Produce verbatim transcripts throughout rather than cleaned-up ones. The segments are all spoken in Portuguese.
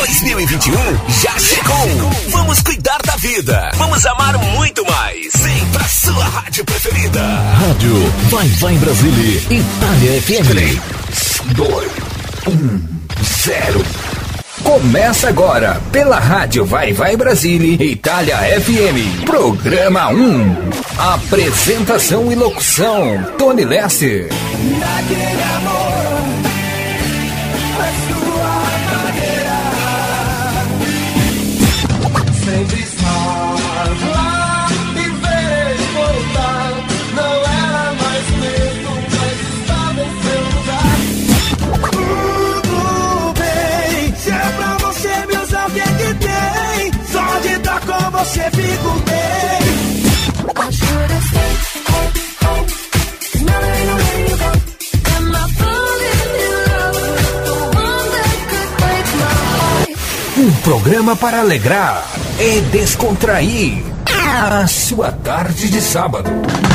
dois mil e vinte e um já chegou. Vamos cuidar da vida. Vamos amar muito mais. Vem pra sua rádio preferida. Rádio Vai Vai Brasília, Itália F M. três, dois, um, zero. Começa agora, pela Rádio Vai Vai Brasília, Itália F M. Programa um. Apresentação e locução, Tony Lester. Naquele amor, a sua maneira. Sempre estava e veio voltar. Não era mais mesmo, mas estava em seu lugar. Tudo bem, se é pra você me usar, o que é que tem? Só de estar com você fico bem. I should have stayed, oh, oh, 'cause now there ain't no letting you go. Am I falling in love with the one that could break my heart? Um programa para alegrar e descontrair a sua tarde de sábado.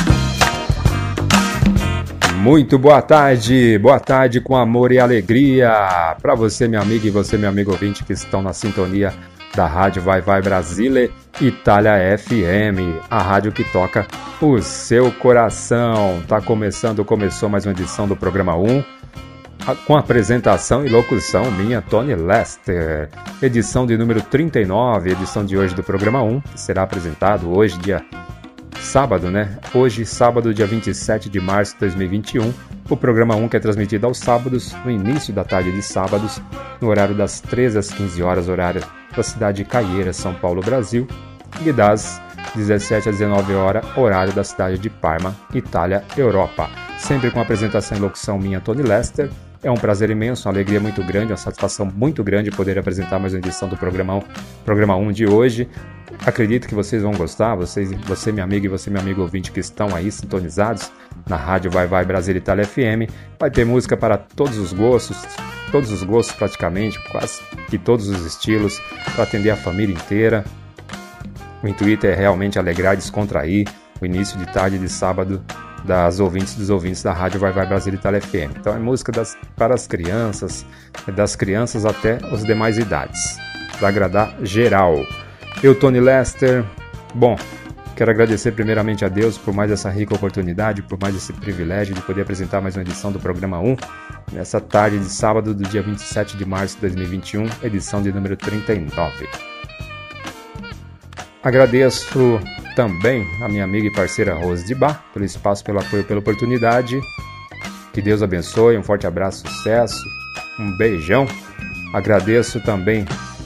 Muito boa tarde, boa tarde com amor e alegria para você, minha amiga, e você, meu amigo ouvinte, que estão na sintonia da Rádio Vai Vai Brasília, Itália F M, a rádio que toca o seu coração. Tá começando, começou mais uma edição do programa um, com apresentação e locução minha, Tony Lester. Edição de número trinta e nove, edição de hoje do programa um, que será apresentado hoje, dia sábado, né? Hoje, sábado, dia vinte e sete de março de dois mil e vinte e um. O programa um que é transmitido aos sábados, no início da tarde de sábados, no horário das treze às quinze horas, horário da cidade de Caieiras, São Paulo, Brasil, e das dezessete às dezenove horas, horário da cidade de Parma, Itália, Europa. Sempre com apresentação e locução minha, Tony Lester. É um prazer imenso, uma alegria muito grande, uma satisfação muito grande poder apresentar mais uma edição do programa um, programa um de hoje. Acredito que vocês vão gostar, vocês, você, minha amiga, e você, meu amigo ouvinte, que estão aí sintonizados na Rádio Vai Vai Brasília, Itália F M. Vai ter música para todos os gostos, todos os gostos praticamente, quase que todos os estilos, para atender a família inteira. O intuito é realmente alegrar e descontrair o início de tarde de sábado das ouvintes dos ouvintes da Rádio Vai Vai Brasília, Itália F M. Então é música das, para as crianças, das crianças até as demais idades, para agradar geral. Eu, Tony Lester, bom, quero agradecer primeiramente a Deus por mais essa rica oportunidade, por mais esse privilégio de poder apresentar mais uma edição do programa um, nessa tarde de sábado do dia vinte e sete de março de dois mil e vinte e um, edição de número trinta e nove. Agradeço também a minha amiga e parceira Rose de Bar pelo espaço, pelo apoio, pela oportunidade. Que Deus abençoe, um forte abraço, sucesso, um beijão. Agradeço também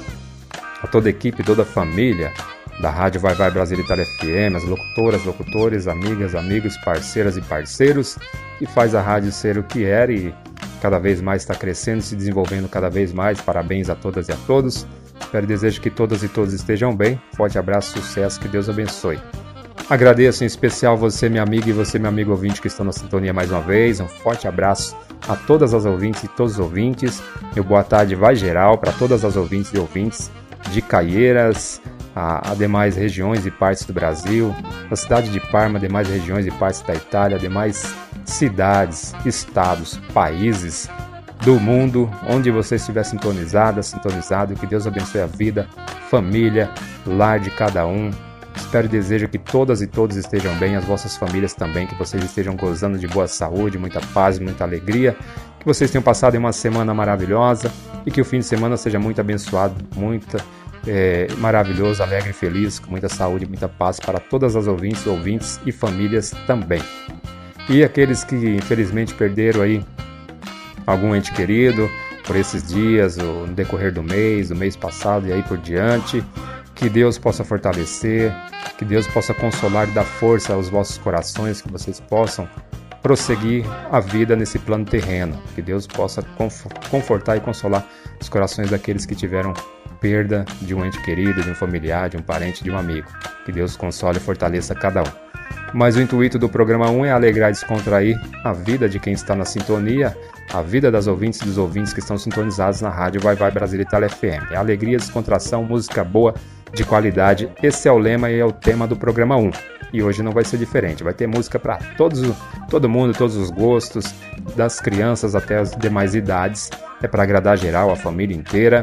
a toda a equipe, toda a família da Rádio Vai Vai Brasília, Itália F M, as locutoras, locutores, amigas, amigos, parceiras e parceiros, que faz a rádio ser o que era e cada vez mais está crescendo, se desenvolvendo cada vez mais. Parabéns a todas e a todos. Espero e desejo que todas e todos estejam bem. Forte abraço, sucesso, que Deus abençoe. Agradeço em especial você, minha amiga, e você, meu amigo ouvinte, que estão na sintonia mais uma vez. Um forte abraço a todas as ouvintes e todos os ouvintes. Meu boa tarde vai geral para todas as ouvintes e ouvintes de Caieiras, a, a demais regiões e partes do Brasil, da cidade de Parma, demais regiões e partes da Itália, demais cidades, estados, países do mundo, onde você estiver sintonizada, sintonizado, que Deus abençoe a vida, família, lar de cada um. Espero e desejo que todas e todos estejam bem, as vossas famílias também, que vocês estejam gozando de boa saúde, muita paz, muita alegria, que vocês tenham passado em uma semana maravilhosa e que o fim de semana seja muito abençoado, muito é, maravilhoso, alegre e feliz, com muita saúde, muita paz para todas as ouvintes, ouvintes e famílias também. E aqueles que infelizmente perderam aí algum ente querido por esses dias, ou no decorrer do mês, do mês passado e aí por diante, que Deus possa fortalecer, que Deus possa consolar e dar força aos vossos corações, que vocês possam prosseguir a vida nesse plano terreno, que Deus possa confortar e consolar os corações daqueles que tiveram perda de um ente querido, de um familiar, de um parente, de um amigo. Que Deus console e fortaleça cada um. Mas o intuito do programa um é alegrar e descontrair a vida de quem está na sintonia, a vida das ouvintes e dos ouvintes que estão sintonizados na Rádio Vai Vai Brasília, Itália F M. É alegria, descontração, música boa, de qualidade. Esse é o lema e é o tema do programa um. E hoje não vai ser diferente. Vai ter música para todos, todo mundo, todos os gostos, das crianças até as demais idades. É para agradar geral, a família inteira.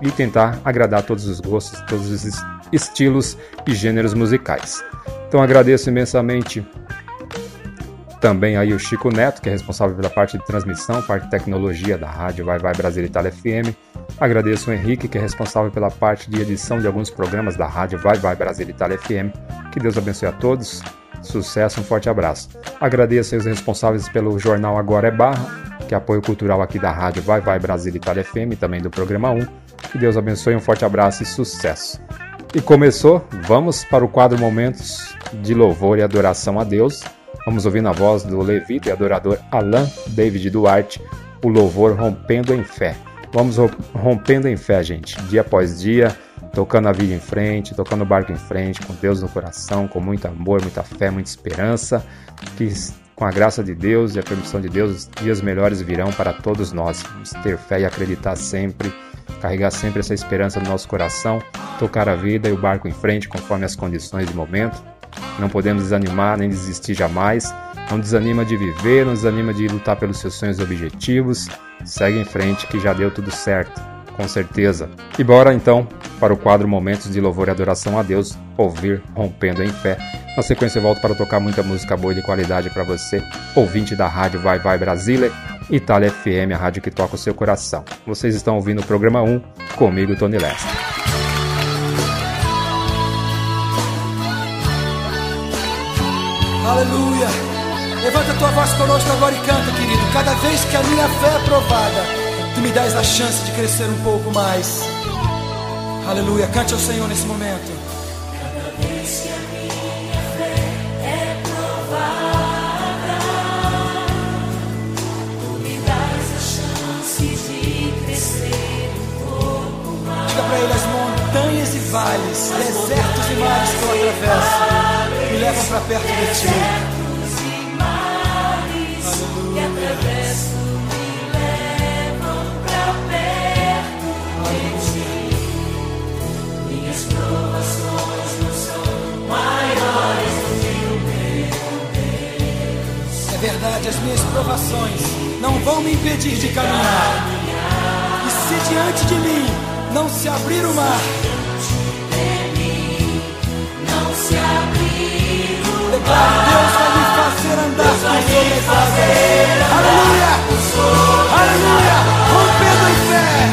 e tentar agradar todos os gostos, todos os estilos e gêneros musicais. Então agradeço imensamente também aí o Chico Neto, que é responsável pela parte de transmissão, parte de tecnologia da rádio Vai Vai Brasília Itália F M. Agradeço o Henrique, que é responsável pela parte de edição de alguns programas da rádio Vai Vai Brasília Itália F M. Que Deus abençoe a todos. Sucesso, um forte abraço. Agradeço aos responsáveis pelo jornal Agora é Barra, que é apoio cultural aqui da rádio Vai Vai Brasília Itália F M e também do programa um. Que Deus abençoe, um forte abraço e sucesso. E começou, vamos para o quadro Momentos de Louvor e Adoração a Deus. Vamos ouvir na voz do levita e adorador Alan David Duarte, o louvor Rompendo em Fé. Vamos rompendo em fé, gente, dia após dia, tocando a vida em frente, tocando o barco em frente, com Deus no coração, com muito amor, muita fé, muita esperança, que com a graça de Deus e a permissão de Deus, os dias melhores virão para todos nós. Vamos ter fé e acreditar sempre, carregar sempre essa esperança no nosso coração, tocar a vida e o barco em frente conforme as condições de momento. Não podemos desanimar nem desistir jamais. Não desanima de viver, não desanima de lutar pelos seus sonhos e objetivos. Segue em frente que já deu tudo certo, com certeza. E bora então para o quadro Momentos de Louvor e Adoração a Deus, ouvir Rompendo em Fé. Na sequência eu volto para tocar muita música boa e de qualidade para você, ouvinte da rádio Vai Vai Brasília Itália F M, a rádio que toca o seu coração. Vocês estão ouvindo o programa um, comigo, Tony Lester. Aleluia! Levanta a tua voz conosco agora e canta, querido. Cada vez que a minha fé é provada, tu me dás a chance de crescer um pouco mais. Aleluia! Cante ao Senhor nesse momento. Cada vez que a minha fé é provada, tu me dás a chance de crescer um pouco mais. Diga pra ele: as montanhas e vales, desertos e mares que eu atravesso, me levam pra perto de ti. Desertos e mares que atravesso me levam pra perto de ti. Minhas provações não são maiores do que o meu Deus. É verdade, as minhas provações não vão me impedir de caminhar. E se diante de mim não se abrir o mar, Não se abrir o declaro: Deus vai me fazer andar por sobre as águas. Aleluia! Aleluia! Rompendo em fé!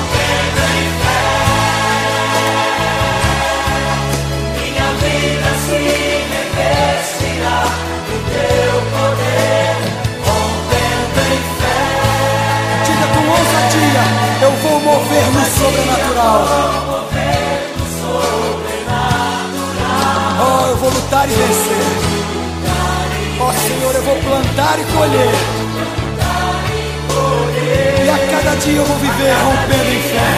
Minha vida se revestirá do teu poder, rompendo em fé. Diga com ousadia: eu vou mover no sobrenatural. Oh, eu vou lutar e vencer. Oh, Senhor, eu vou plantar e colher. E a cada dia eu vou viver rompendo em fé.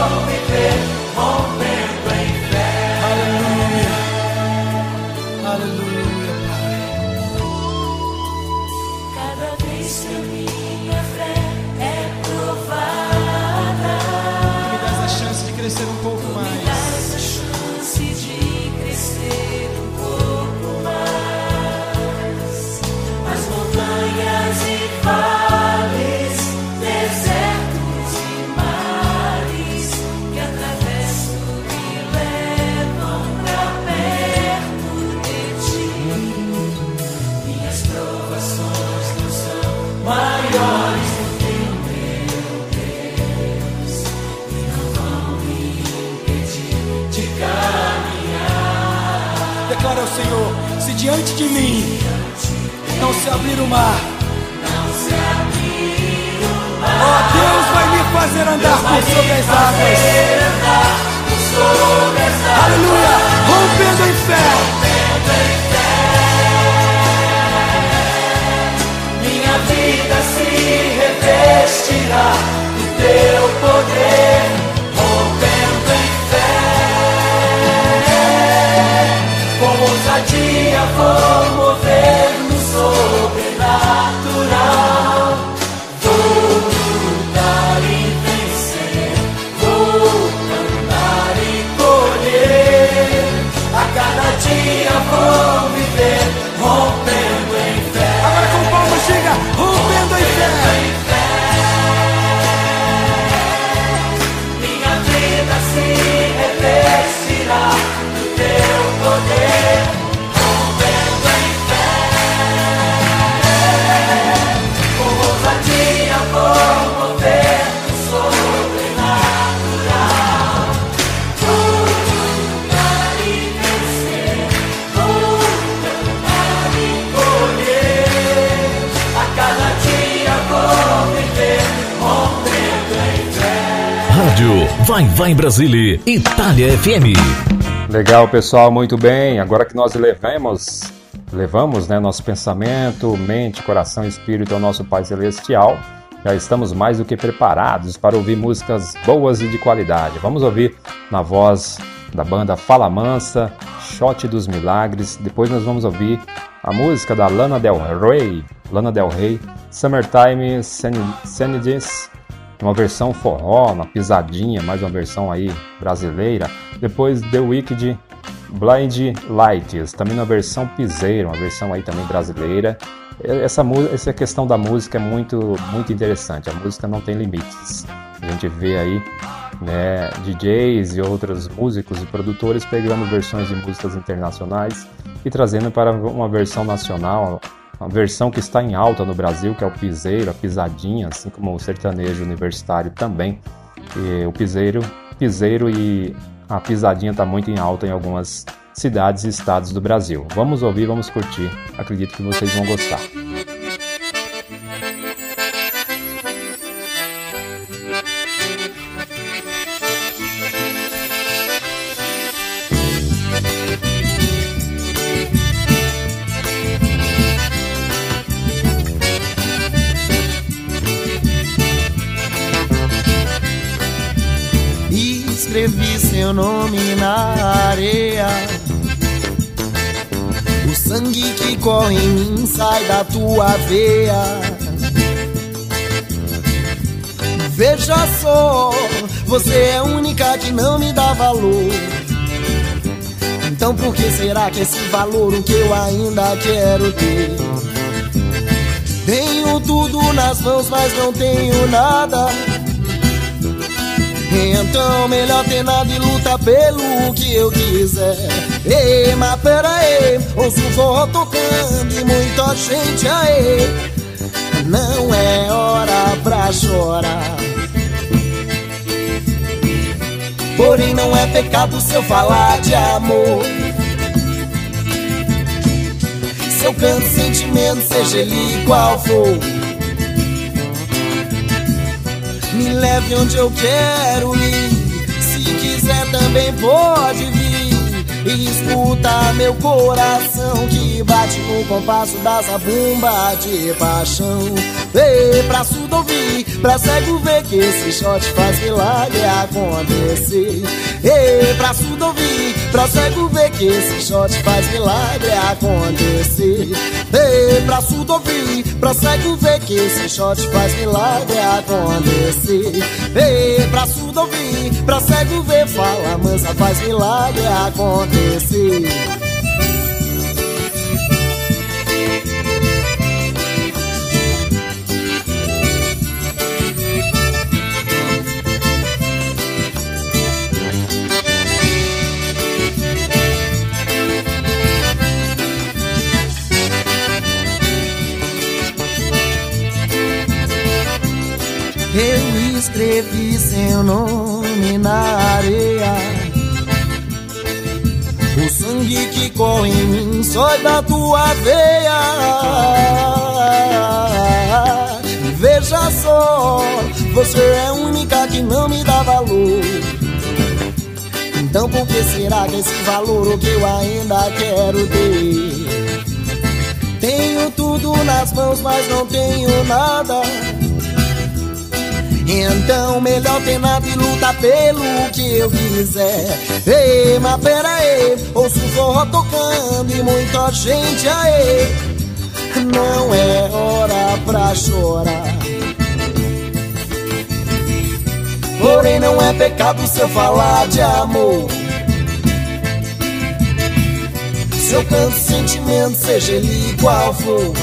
Aleluia. Aleluia, Pai. Cada vez que a minha fé é provada, Me dás a chance de crescer um pouco mais. dás a chance de crescer um pouco mais. As montanhas e vales, desertos e mares que atravesso me levam pra perto de ti. Minhas provações não são maiores do que o meu Deus, e não vão me impedir de caminhar. Declara ao Senhor: se diante de mim não se abrir o mar, Não se abrir o mar, oh, Deus vai me fazer andar por sobre as águas. andar por sobre as águas. Aleluia! Rompendo em fé. Minha vida se revestirá do teu poder, rompendo em fé. Com ousadia vou mover no sobrenatural. Vou lutar e vencer, vou rádio Vai Vai Brasília, Itália F M. Legal, pessoal, muito bem. Agora que nós levamos, levamos né, nosso pensamento, mente, coração e espírito ao nosso Pai Celestial, já estamos mais do que preparados para ouvir músicas boas e de qualidade. Vamos ouvir na voz da banda Fala Mansa, Shot dos Milagres. Depois nós vamos ouvir a música da Lana Del Rey, Lana Del Rey, Summertime Sanities, uma versão forró, uma pisadinha, mais uma versão aí brasileira. Depois The Wicked, Blind Lights, também uma versão piseira, uma versão aí também brasileira. Essa, essa questão da música é muito, muito interessante, a música não tem limites. A gente vê aí né, D Js e outros músicos e produtores pegando versões de músicas internacionais e trazendo para uma versão nacional, uma versão que está em alta no Brasil, que é o piseiro, a pisadinha, assim como o sertanejo universitário também. E o piseiro, piseiro e a pisadinha está muito em alta em algumas cidades e estados do Brasil. Vamos ouvir, vamos curtir. Acredito que vocês vão gostar. Escrevi seu nome na areia. O sangue que corre em mim sai da tua veia. Veja só, você é a única que não me dá valor. Então por que será que esse valor o que eu ainda quero ter? Tenho tudo nas mãos, mas não tenho nada. Então melhor ter nada e lutar pelo que eu quiser. Ei, mas pera aí, ouço o forró tocando e muita gente aí. Não é hora pra chorar. Porém não é pecado se eu falar de amor. Se eu canto sentimento, seja ele qual for. Me leve onde eu quero ir. Se quiser também pode vir. E escuta meu coração que bate no compasso da zabumba de paixão. Ei, pra surdo ouvir, pra cego ver que esse shot faz milagre acontecer. Ei, pra surdo ouvir, pra cego ver que esse shot faz milagre acontecer. Ei, pra surdo ouvir, pra cego ver que esse shot faz milagre acontecer. Ei, pra surdo ouvir, pra cego ver, Fala Mansa faz milagre acontecer. Eu escrevi seu nome na areia. O sangue que corre em mim sai da tua veia. Veja só, você é a única que não me dá valor. Então por que será que esse valor o que eu ainda quero ter? Tenho tudo nas mãos, mas não tenho nada. Então melhor ter nada e lutar pelo que eu quiser. Ei, mas pera aí, ouço o forró tocando e muita gente aí. Não é hora pra chorar. Porém não é pecado se eu falar de amor. Se eu canto sentimento, seja ele qual for.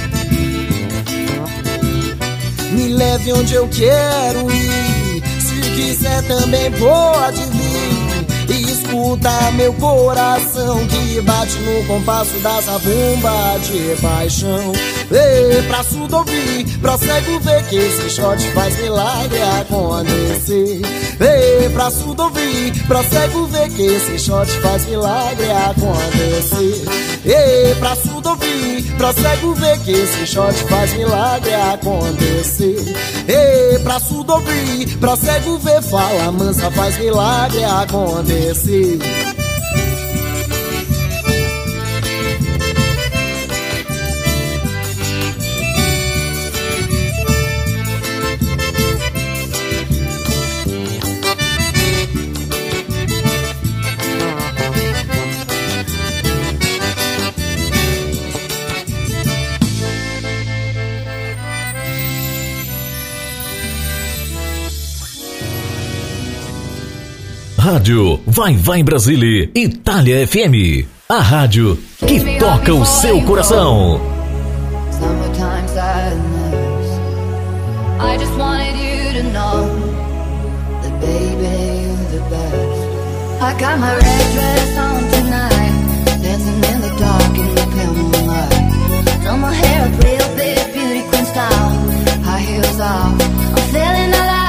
Me leve onde eu quero ir. Se quiser também pode vir. E escuta meu coração que bate no compasso da zabumba de paixão. Ei, pra surdo ouvir, pra cego ver que esse shot faz milagre acontecer. Ei, pra surdo ouvir, pra cego ver que esse shot faz milagre acontecer. Ei, pra surdo ouvir, pra cego ver que esse shot faz milagre acontecer. Ei, pra surdo ouvir, pra cego ver, fala mansa, faz milagre acontecer. Rádio Vai Vai Brasília, Itália F M. A rádio que toca o seu coração. Summertime sadness. I just wanted you to know that baby you're the best. I got my red dress on tonight, dancing in the dark in the pale moonlight. Done my hair up real big, beauty queen style, high heels off, I'm feeling alive.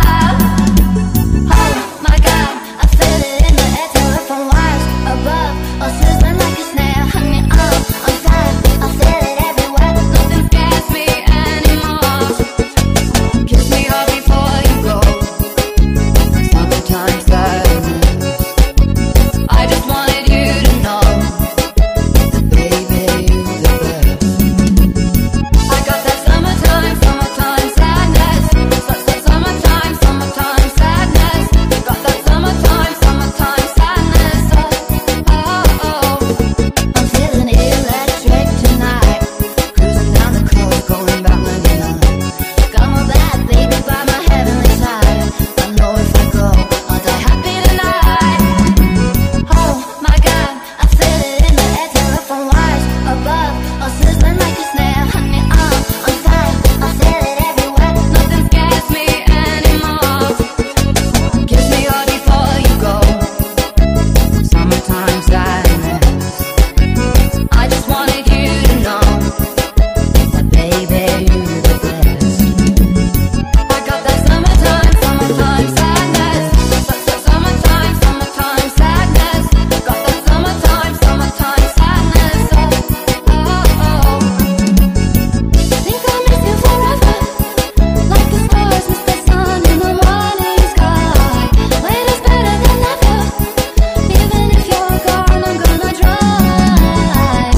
Oh my God, I feel it in the air, telephone wires above, all sizzling like a snare, honey, I'm on fire, I feel it everywhere, nothing scares me anymore. Kiss me hard before you go, summertime sadness. I just wanted you to know that baby you're the best. I got that summertime, summertime sadness. Summertime, summertime sadness. Got that summertime, summertime sadness. Oh, oh, oh. I'm feeling electric tonight, cruising down the coast, going back ninety-nine. Got my bad baby by my heavenly side. I know if I go, I'll die happy tonight. Oh my God, I feel it in the air, telephone wires above, all sizzling like a snare, honey, I'm on fire, I feel it everywhere, nothing scares me anymore. Kiss me hard before you go, summertime sadness. I just wanted you to know that baby you're the best. I got that summertime, summertime sadness. Summertime, summertime sadness. Got that summertime, summertime sadness. Oh, oh, oh. Think I'll miss you forever, like the stars miss the sun in the morning sky. Wait is better than never, even if you're gone, I'm gonna drive.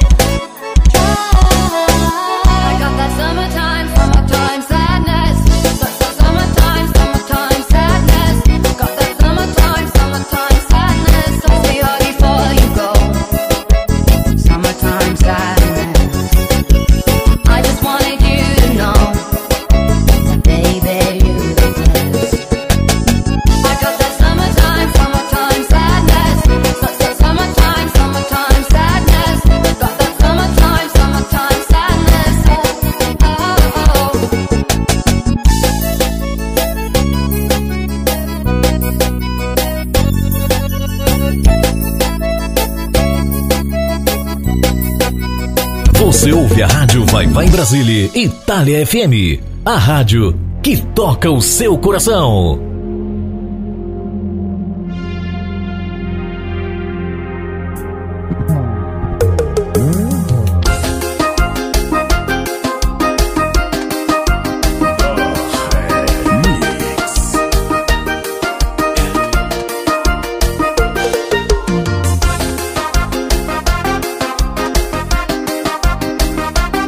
I got that summertime, summertime sadness. Summertime, summertime sadness. Got that summertime, summertime sadness. Kiss me hard before you go, summertime sadness. I just wanted you to know that baby you're the best. I got that summertime, summertime sadness. Summertime, summertime sadness. Got that summertime, summertime sadness. Oh, oh, oh. Você ouve a rádio Vai Vai Brasília, Itália F M. A rádio que toca o seu coração.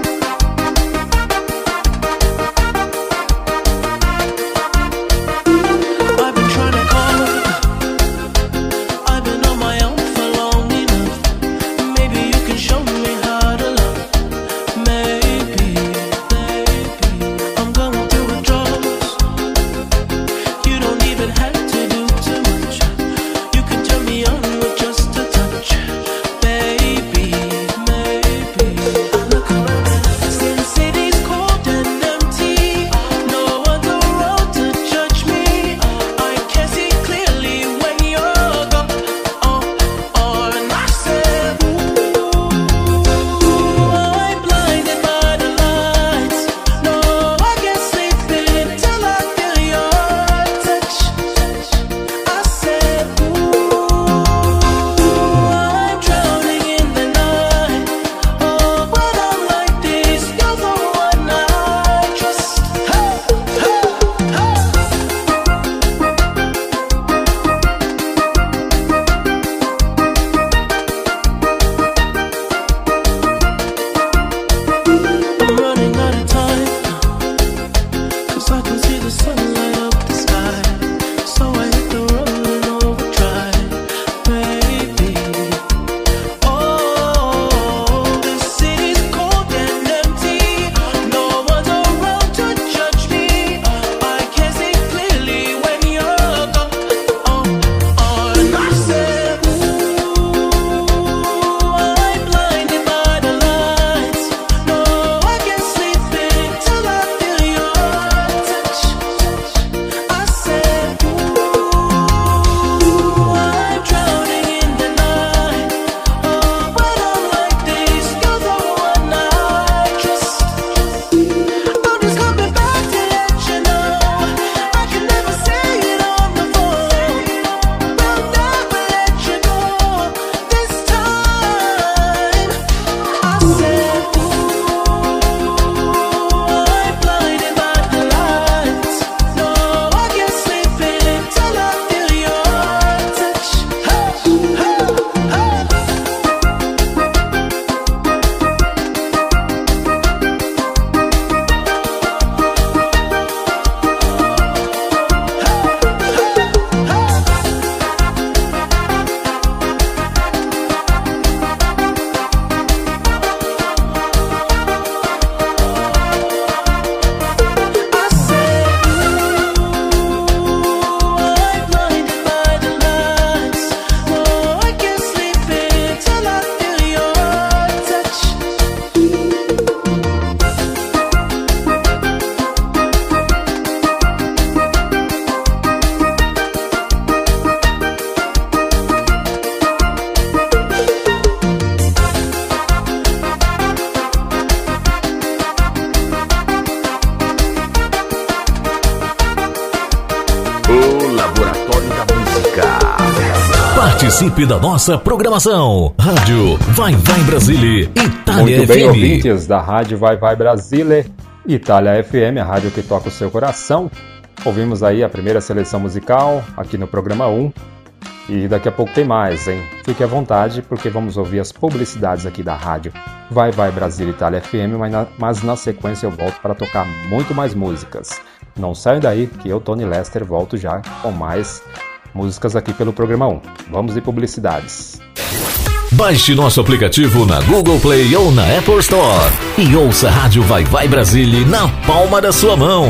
Oh Participe da nossa programação. Rádio Vai Vai Brasília, Itália Muito F bem, M. ouvintes da Rádio Vai Vai Brasília, Itália F M, a rádio que toca o seu coração. Ouvimos aí a primeira seleção musical aqui no programa um. E daqui a pouco tem mais, hein? Fique à vontade, porque vamos ouvir as publicidades aqui da rádio Vai Vai Brasília, Itália F M, mas na, mas na sequência eu volto para tocar muito mais músicas. Não saia daí, que eu, Tony Lester, volto já com mais músicas aqui pelo programa um. Vamos de publicidades. Baixe nosso aplicativo na Google Play ou na Apple Store e ouça a Rádio Vai Vai Brasília na palma da sua mão.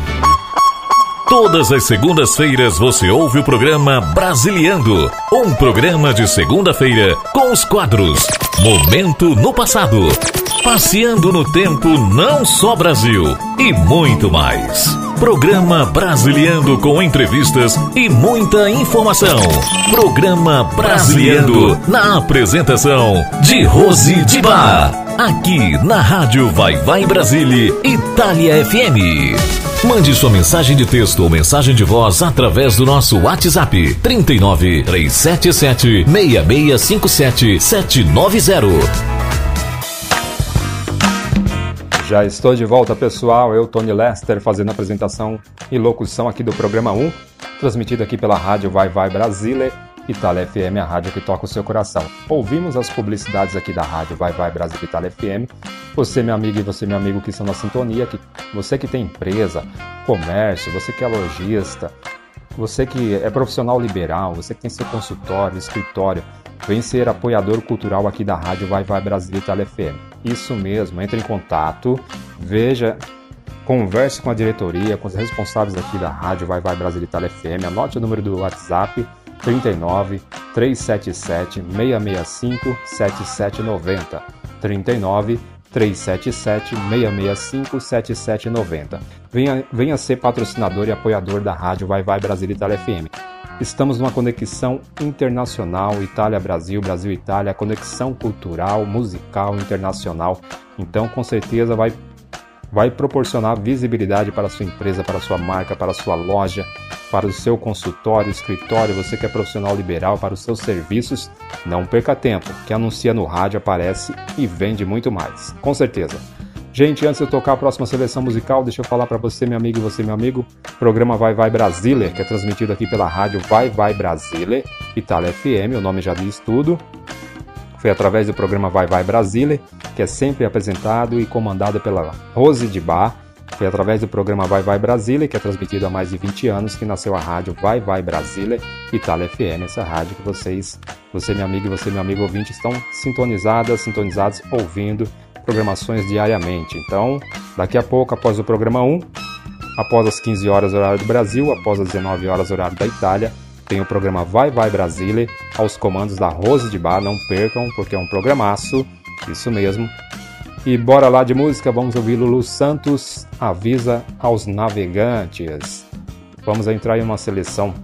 Todas as segundas-feiras você ouve o programa Brasiliando, um programa de segunda-feira com os quadros Momento no Passado, Passeando no Tempo Não Só Brasil e muito mais. Programa Brasiliando com entrevistas e muita informação. Programa Brasiliando na apresentação de Rose de Bar, aqui na Rádio Vai Vai Brasília, Itália F M. Mande sua mensagem de texto ou mensagem de voz através do nosso WhatsApp trinta e nove, três sete sete, seis seis cinco sete, sete nove zero. Já estou de volta, pessoal. Eu, Tony Lester, fazendo a apresentação e locução aqui do programa um, transmitido aqui pela rádio Vai Vai Brasília, Itália F M, a rádio que toca o seu coração. Ouvimos as publicidades aqui da rádio Vai Vai Brasília, Itália F M. Você, meu amigo, e você, meu amigo, que estão na sintonia, que, você que tem empresa, comércio, você que é lojista, você que é profissional liberal, você que tem seu consultório, escritório, vem ser apoiador cultural aqui da rádio Vai Vai Brasília, Itália F M. Isso mesmo, entre em contato, veja, converse com a diretoria, com os responsáveis aqui da rádio Vai Vai Brasília, Itália F M, anote o número do WhatsApp, trinta e nove, três sete sete, seis seis cinco, sete sete nove zero, trinta e nove, três sete sete, seis seis cinco, sete sete nove zero. Venha, venha ser patrocinador e apoiador da rádio Vai Vai Brasília, Itália F M. Estamos numa conexão internacional, Itália-Brasil, Brasil-Itália, conexão cultural, musical, internacional. Então, com certeza, vai, vai proporcionar visibilidade para a sua empresa, para a sua marca, para a sua loja, para o seu consultório, escritório, você que é profissional liberal, para os seus serviços. Não perca tempo, que anuncia no rádio, aparece e vende muito mais, com certeza. Gente, antes de eu tocar a próxima seleção musical, deixa eu falar para você, meu amigo e você, meu amigo, programa Vai Vai Brasília, que é transmitido aqui pela rádio Vai Vai Brasília, Itália F M, o nome já diz tudo. Foi através do programa Vai Vai Brasília, que é sempre apresentado e comandado pela Rose de Bar. Foi através do programa Vai Vai Brasília, que é transmitido há mais de vinte anos, que nasceu a rádio Vai Vai Brasília, Itália F M, essa rádio que vocês, você, meu amigo e você, meu amigo ouvinte, estão sintonizadas, sintonizados, ouvindo programações diariamente. Então, daqui a pouco, após o programa um, após as quinze horas horário do Brasil, após as dezenove horas horário da Itália, tem o programa Vai Vai Brasília, aos comandos da Rose de Bar. Não percam, porque é um programaço, isso mesmo. E bora lá de música, vamos ouvir Lulu Santos, Avisa aos Navegantes. Vamos entrar em uma seleção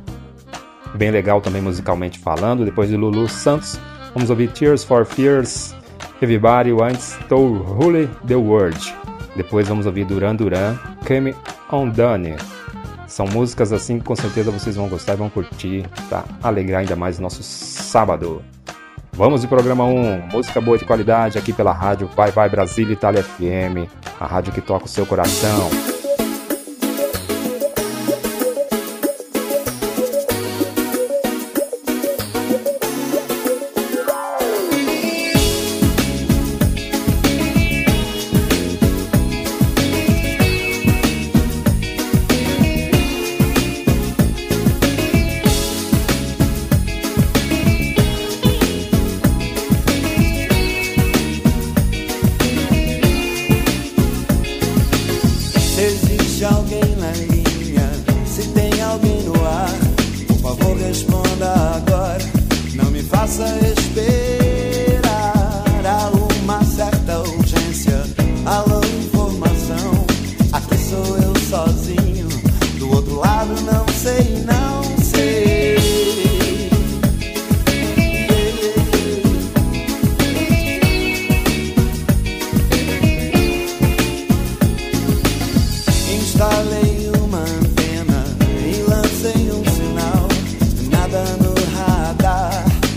bem legal também musicalmente falando. Depois de Lulu Santos, vamos ouvir Tears for Fears, Everybody Wants to Rule the World. Depois vamos ouvir Duran Duran, Come On Done. São músicas assim que com certeza vocês vão gostar e vão curtir, tá? Alegrar ainda mais o nosso sábado. Vamos de programa um, música boa de qualidade aqui pela rádio Vai Vai Brasília, Itália F M, a rádio que toca o seu coração. Nada no radar.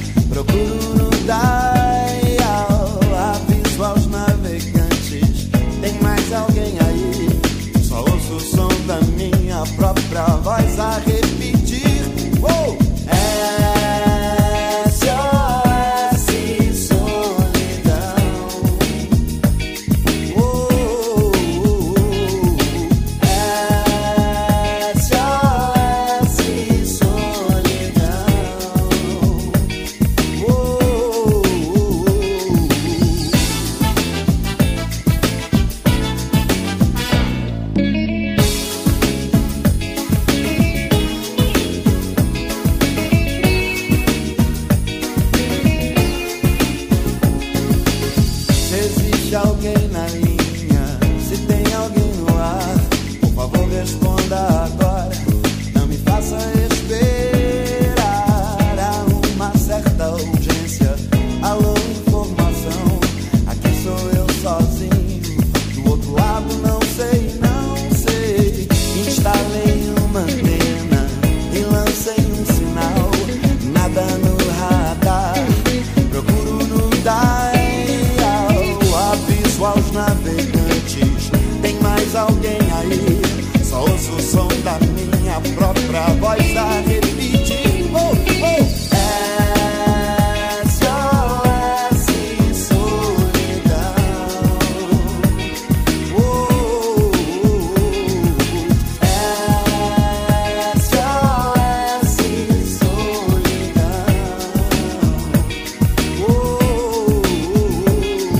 minha própria voz a repetir. Oh, oh. S O S solidão. Oh, oh, oh. S O S solidão. Oh, oh, oh.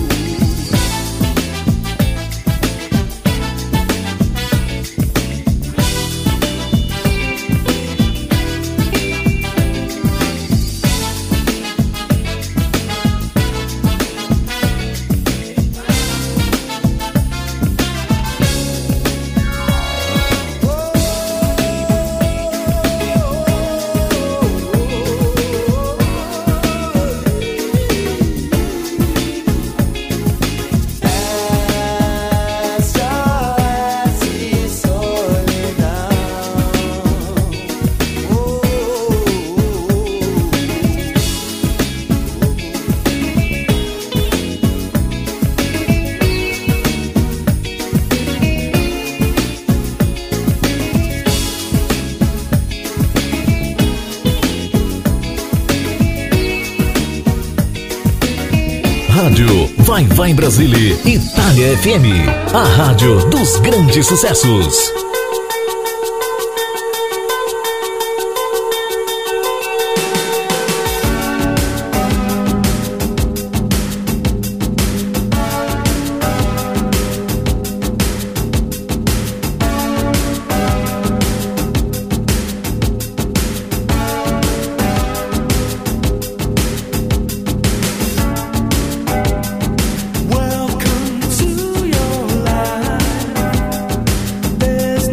S O S solidão. Oh, oh, Rádio Vai Vai Brasília, Itália F M, a rádio dos grandes sucessos. welcome to your life. There's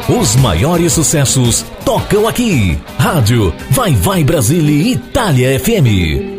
Os maiores sucessos tocam aqui. Rádio Vai Vai Brasília Itália F M.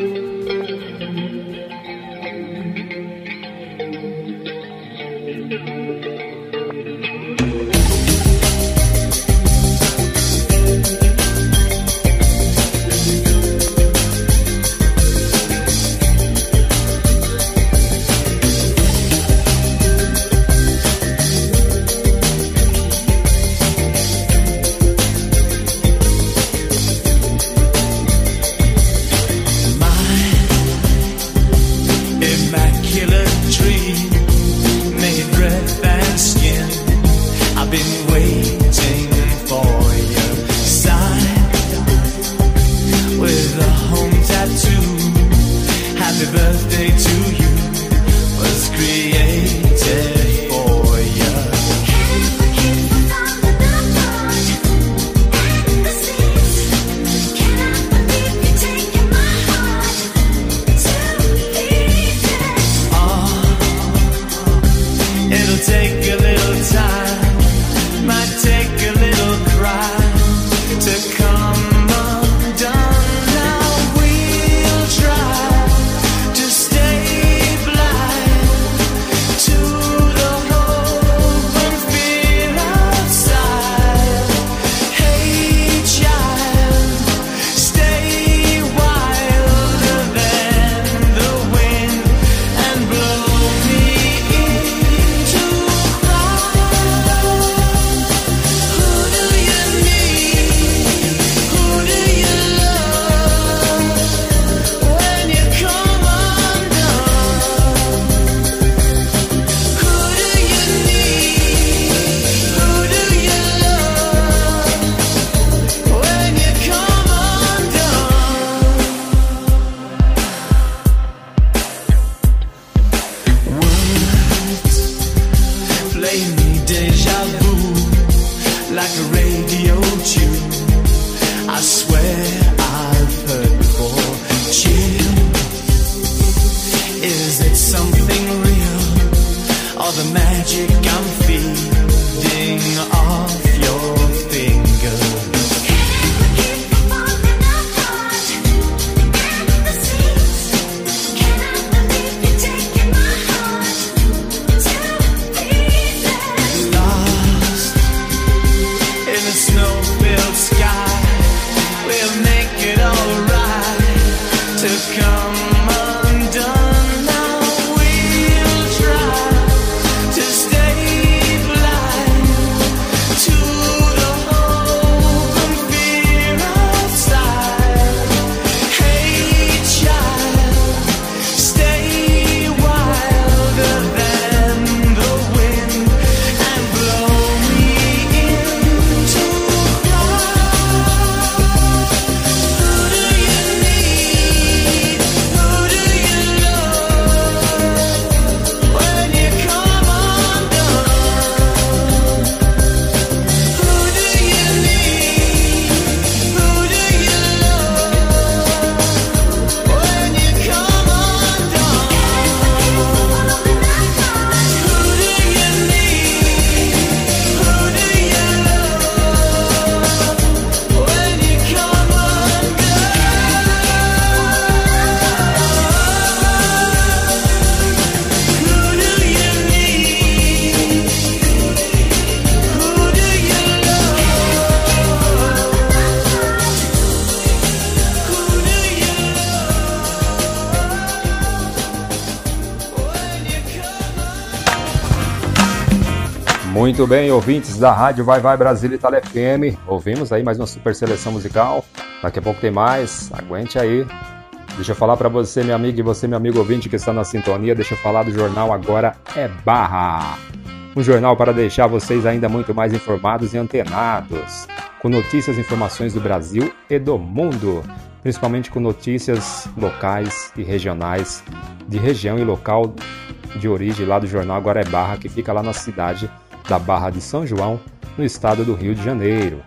Muito bem, ouvintes da Rádio Vai Vai Brasília Itália F M. Ouvimos aí mais uma super seleção musical. Daqui a pouco tem mais. Aguente aí. Deixa eu falar para você, minha amiga, e você, meu amigo ouvinte que está na sintonia. Deixa eu falar do jornal Agora é Barra. Um jornal para deixar vocês ainda muito mais informados e antenados. Com notícias e informações do Brasil e do mundo. Principalmente com notícias locais e regionais. De região e local de origem lá do jornal Agora é Barra, que fica lá na cidade da Barra de São João, no estado do Rio de Janeiro.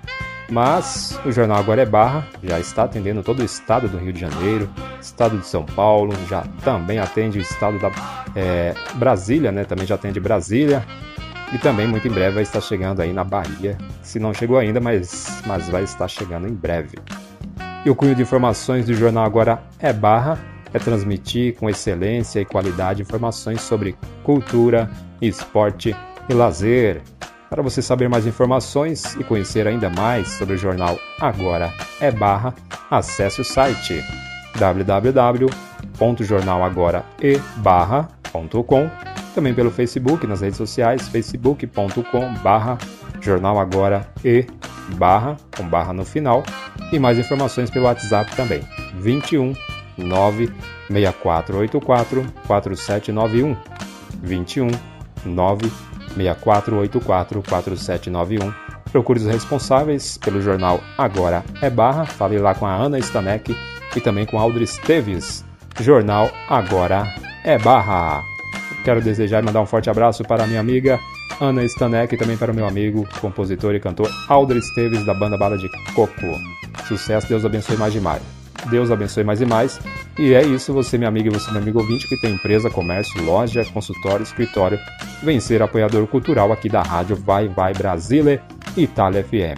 Mas o jornal Agora é Barra já está atendendo todo o estado do Rio de Janeiro, estado de São Paulo, já também atende o estado da é, Brasília, né? Também já atende Brasília. e também muito em breve vai estar chegando aí na Bahia. Se não chegou ainda, mas, mas vai estar chegando em breve. E o cunho de informações do Jornal Agora é Barra, é transmitir com excelência e qualidade informações sobre cultura, esporte e lazer. Para você saber mais informações e conhecer ainda mais sobre o Jornal Agora é Barra, acesse o site w w w ponto jornal agora e barra ponto com, também pelo Facebook, nas redes sociais, facebook ponto com barra jornal agora e barra, com barra no final, e mais informações pelo WhatsApp também, vinte e um, nove seis quatro oito quatro, quatro sete nove um, vinte e um, nove seis quatro oito quatro, quatro sete nove um. Procure os responsáveis pelo Jornal Agora é Barra, fale lá com a Ana Stanek e também com Aldri Esteves. Jornal Agora é Barra. Quero desejar e mandar um forte abraço para a minha amiga Ana Stanek e também para o meu amigo, compositor e cantor Aldri Esteves, da banda Bala de Coco. Sucesso, Deus abençoe mais e mais. Deus abençoe mais e mais. E é isso, você, minha amiga, e você, meu amigo ouvinte, que tem empresa, comércio, loja, consultório, escritório, vem ser apoiador cultural aqui da rádio Vai Vai Brasile, Itália F M.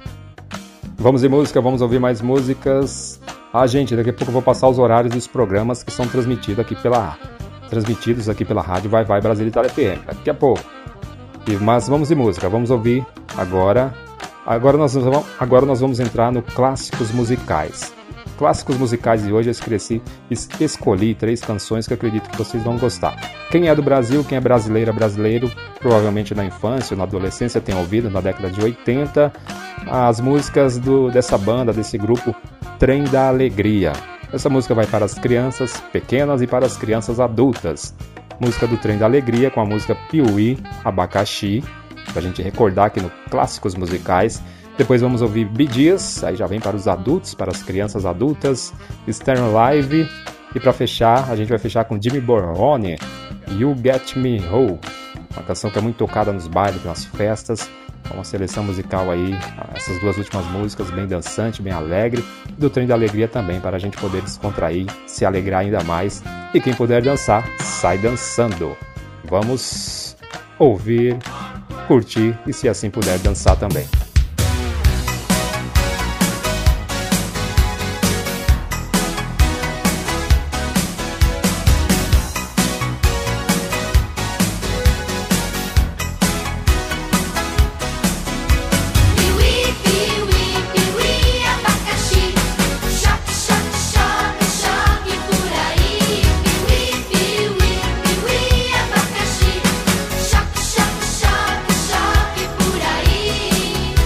Vamos em música, vamos ouvir mais músicas. Ah, gente, daqui a pouco eu vou passar os horários dos programas que são transmitidos aqui pela, transmitidos aqui pela rádio Vai Vai Brasile, Itália F M. Daqui a pouco. E, mas vamos em música, vamos ouvir agora. Agora nós, vamos, agora nós vamos entrar no Clássicos Musicais. Clássicos musicais de hoje eu esqueci, escolhi três canções que eu acredito que vocês vão gostar. Quem é do Brasil, quem é brasileira, brasileiro, provavelmente na infância ou na adolescência tem ouvido, na década de oitenta, as músicas do, dessa banda, desse grupo Trem da Alegria. Essa música vai para as crianças pequenas e para as crianças adultas. Música do Trem da Alegria com a música Piuí, Abacaxi, para a gente recordar aqui no Clássicos Musicais. Depois vamos ouvir Bee Gees, aí já vem para os adultos, para as crianças adultas, Stern Live, e para fechar, a gente vai fechar com Jimmy Borone, You Get Me Whole, uma canção que é muito tocada nos bailes, nas festas, uma seleção musical aí, essas duas últimas músicas, bem dançante, bem alegre, e do Trem da Alegria também, para a gente poder descontrair, se alegrar ainda mais, e quem puder dançar, sai dançando. Vamos ouvir, curtir e se assim puder dançar também. Choque, choque, choque por aí.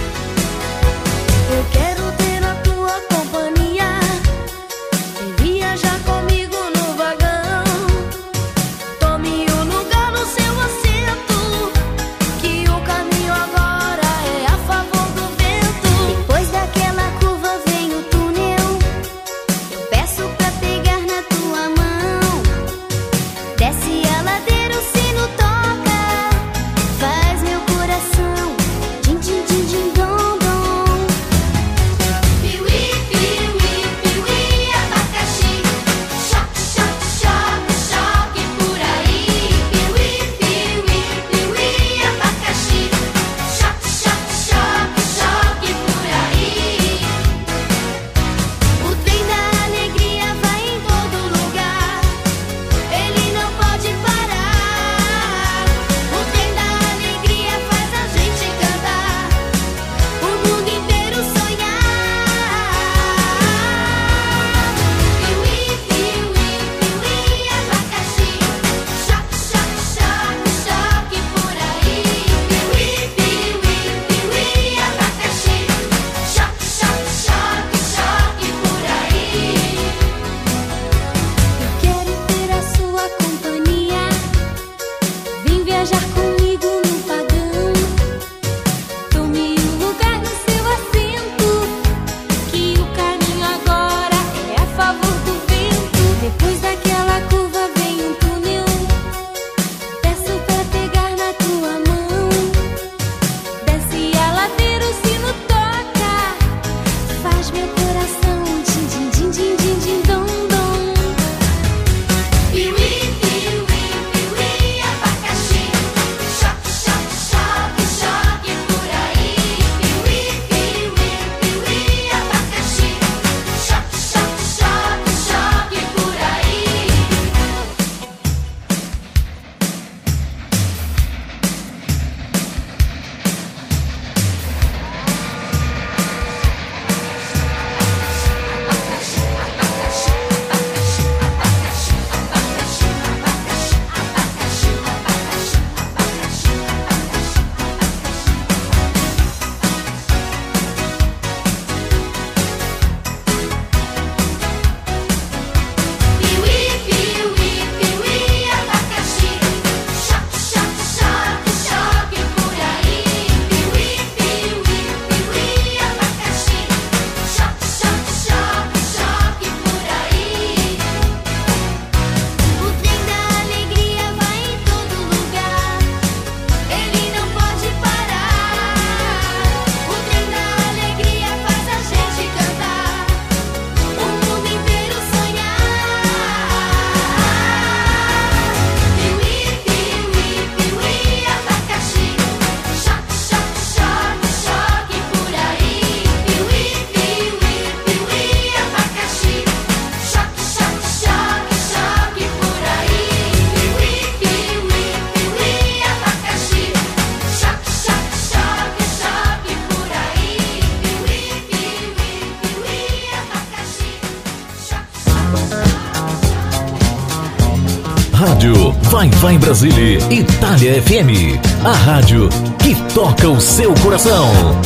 Vai Vai Brasília, Itália F M, a rádio que toca o seu coração.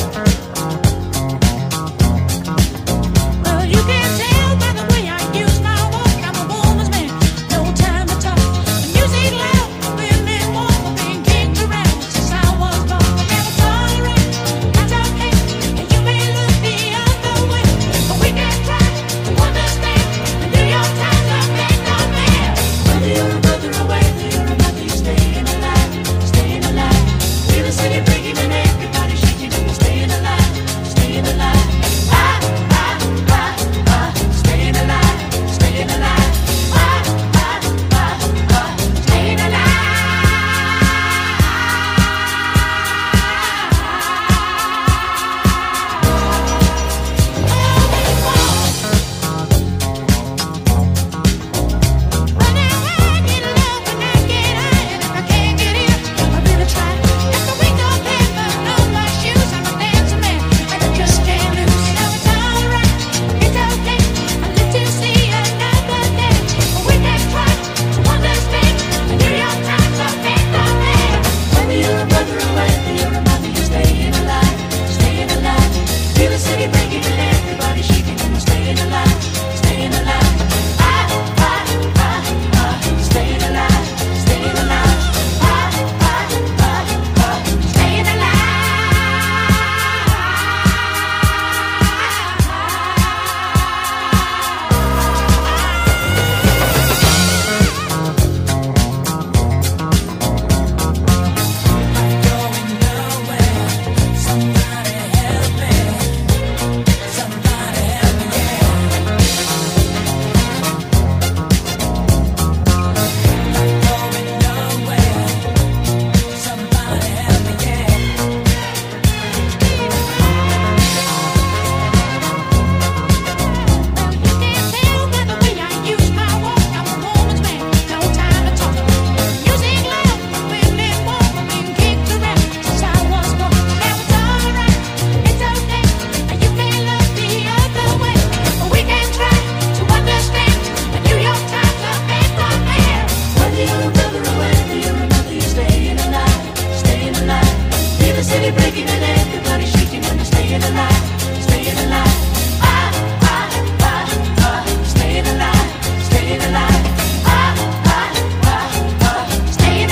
Well, you can tell by the way I use my walk. I'm a woman's man, no time to talk. The music loud, women walk, being kicked around since I was born. I never tolerate, that's okay. And you may look the other way, but we can try to understand. The New York Times are made no man. Whether you're a brother or whether you're a mother, you're staying alive, staying alive. Feel the city breaking and everybody shaking and you're staying alive, staying alive. Ah, ah, ah, ah, staying alive, staying alive. Ah, ah, ah, ah, staying alive. Running high, get low when I get high, and if I can't get in, I really try. Like a week of heaven on my shoes, I'm a dancing man, and I just can't lose. You know it's alright, it's okay. I live to see another day, but we can try to understand. The New York Times are made no man. Whether you're a brother or whether you're a mother, you're staying alive, staying alive. Feel the city breaking and everybody shaking and you're staying alive, staying alive. Ah, ah, ah, ah, staying alive, staying alive. Ah, ah, ah, ah, staying alive. Breaking and everybody shaking and staying alive, staying alive. Ah, ah, ah, ah, staying alive, staying alive. Ah, ah, ah, ah, staying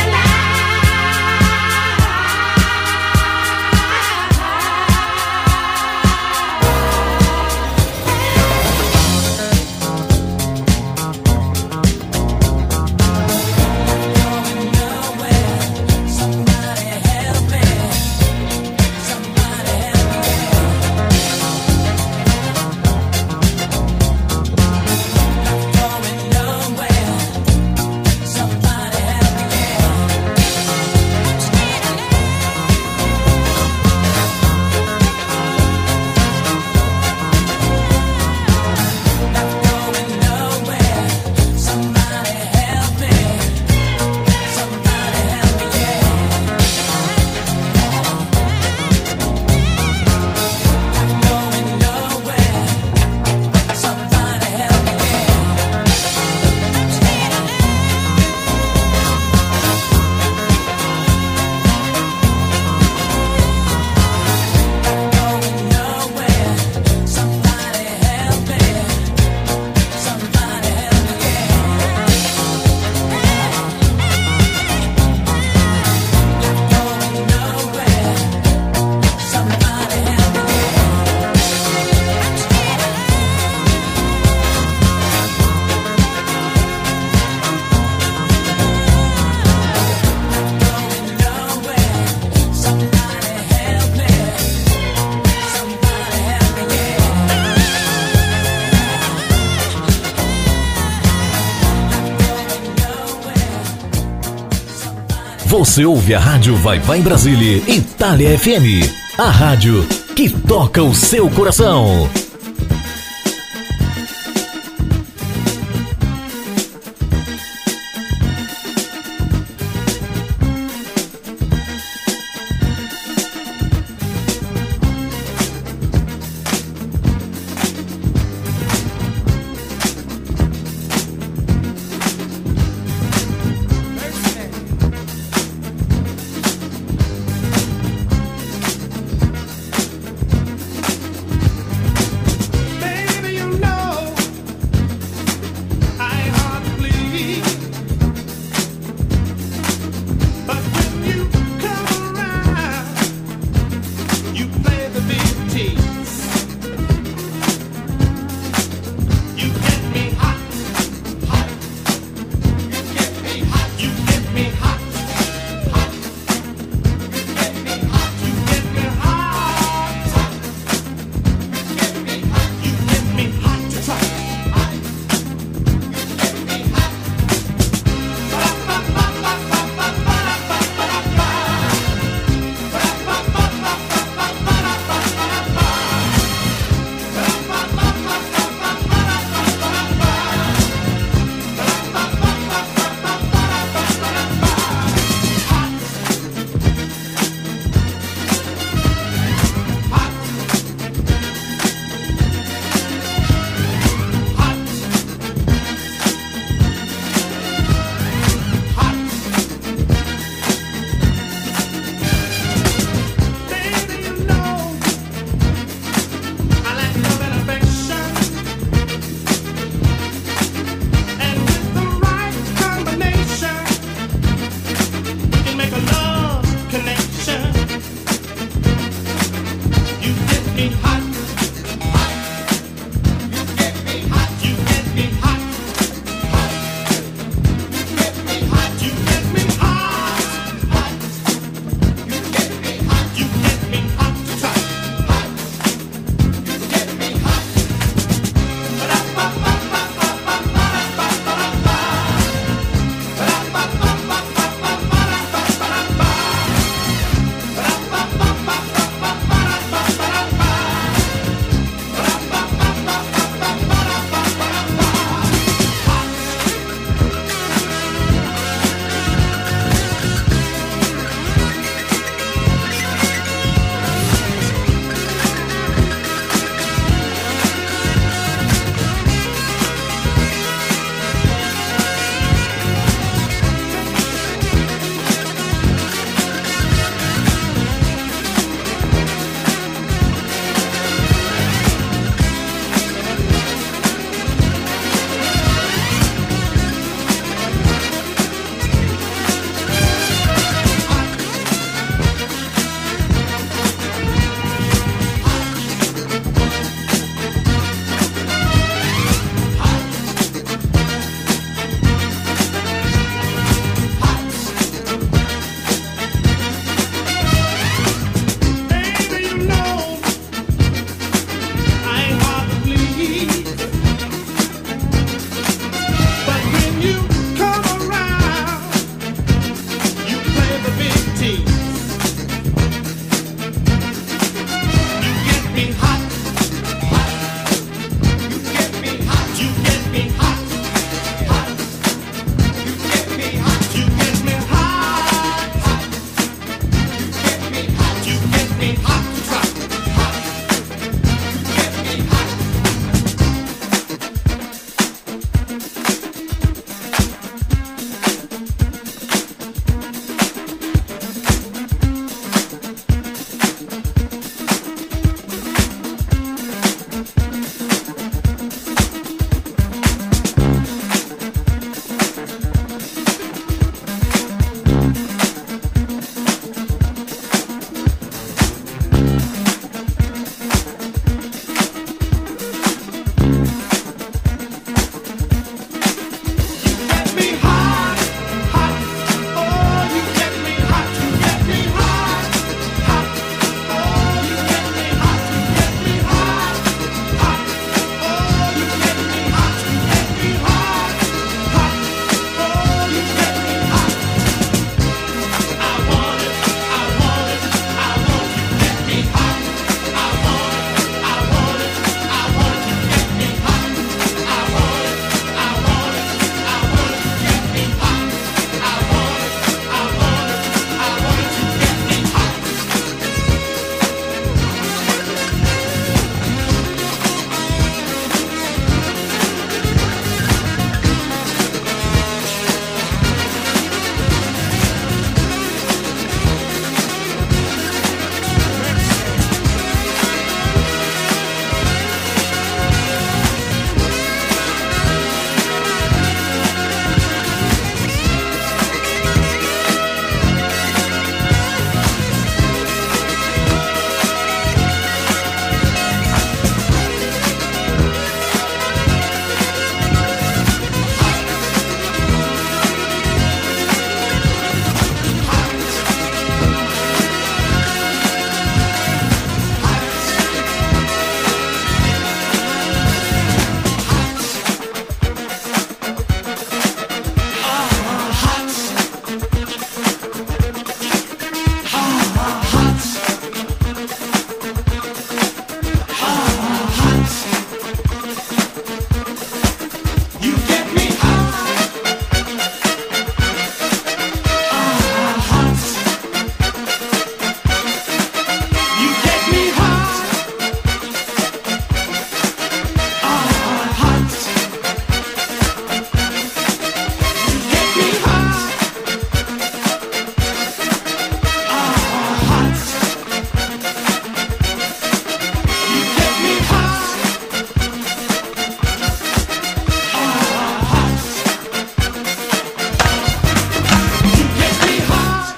Você ouve a rádio Vai Vai Brasília, Itália F M, a rádio que toca o seu coração. Mercy.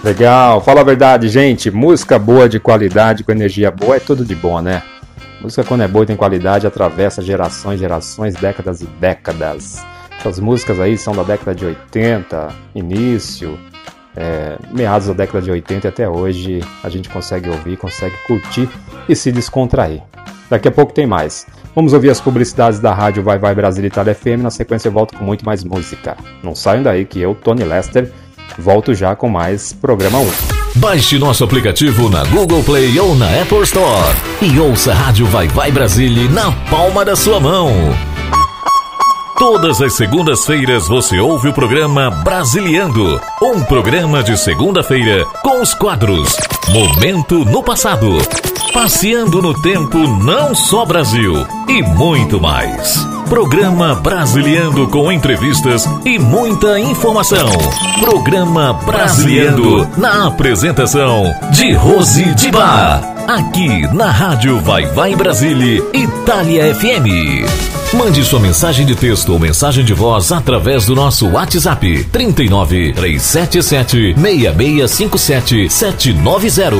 Legal, fala a verdade, gente. Música boa, de qualidade, com energia boa, é tudo de bom, né? Música quando é boa e tem qualidade, atravessa gerações, gerações, décadas e décadas. Essas músicas aí são da década de oitenta, início, é, meados da década de oitenta e até hoje a gente consegue ouvir, consegue curtir e se descontrair. Daqui a pouco tem mais. Vamos ouvir as publicidades da rádio Vai Vai Brasília Itália F M. Na sequência eu volto com muito mais música. Não saiam daí que eu, Tony Lester, volto já com mais Programa um. Baixe nosso aplicativo na Google Play ou na Apple Store e ouça a Rádio Vai Vai Brasília na palma da sua mão. Todas as segundas-feiras você ouve o programa Brasiliando, um programa de segunda-feira com os quadros Momento no Passado, Passeando no Tempo Não Só Brasil e muito mais. Programa Brasiliando com entrevistas e muita informação. Programa Brasiliando na apresentação de Rose de Bar, aqui na Rádio Vai Vai Brasília Itália F M. Mande sua mensagem de texto ou mensagem de voz através do nosso WhatsApp trinta e nove, três sete sete, seis seis cinco sete, sete nove zero.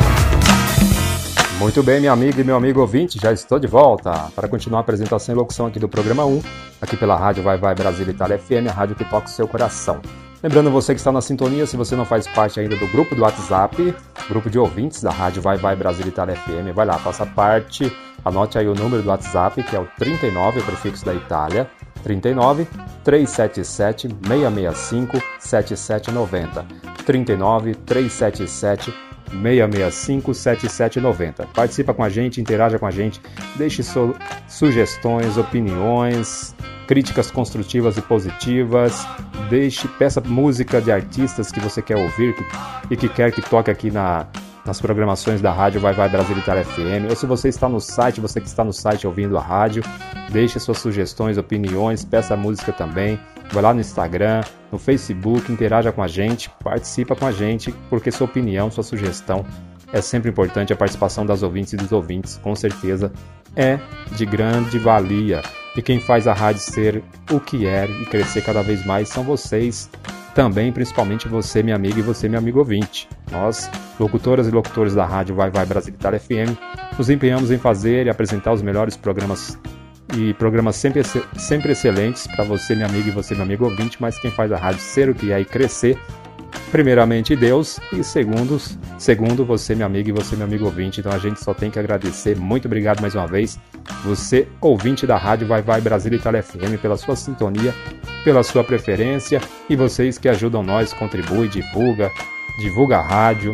Muito bem, minha amiga e meu amigo ouvinte, já estou de volta para continuar a apresentação e locução aqui do Programa um, aqui pela Rádio Vai Vai Brasília Itália F M, a rádio que toca o seu coração. Lembrando você que está na sintonia, se você não faz parte ainda do grupo do WhatsApp, grupo de ouvintes da Rádio Vai Vai Brasília Itália F M, vai lá, faça parte, anote aí o número do WhatsApp, que é o trinta e nove, o prefixo da Itália, trinta e nove, três sete sete, seis seis cinco, sete sete nove zero, trinta e nove, três sete sete, seis seis cinco, sete sete nove zero. Participa com a gente, interaja com a gente, deixe su- sugestões, opiniões, críticas construtivas e positivas, deixe, peça música de artistas que você quer ouvir que, e que quer que toque aqui na, nas programações da rádio Vai Vai Brasília Itália F M, ou se você está no site, você que está no site ouvindo a rádio, deixe suas sugestões, opiniões, peça música também. Vai lá no Instagram, no Facebook, interaja com a gente, participa com a gente, porque sua opinião, sua sugestão é sempre importante. A participação das ouvintes e dos ouvintes, com certeza, é de grande valia. E quem faz a rádio ser o que é e crescer cada vez mais são vocês, também, principalmente você, minha amiga, e você, meu amigo ouvinte. Nós, locutoras e locutores da rádio Vai Vai Brasília Itália F M, nos empenhamos em fazer e apresentar os melhores programas e programas sempre, sempre excelentes para você, minha amiga, e você, meu amigo ouvinte, mas quem faz a rádio ser o que é e crescer, primeiramente Deus, e segundo, segundo você, minha amiga, e você, meu amigo ouvinte. Então a gente só tem que agradecer. Muito obrigado mais uma vez, você, ouvinte da rádio Vai Vai Brasília Itália F M, pela sua sintonia, pela sua preferência, e vocês que ajudam nós, contribuem, divulga, divulga a rádio.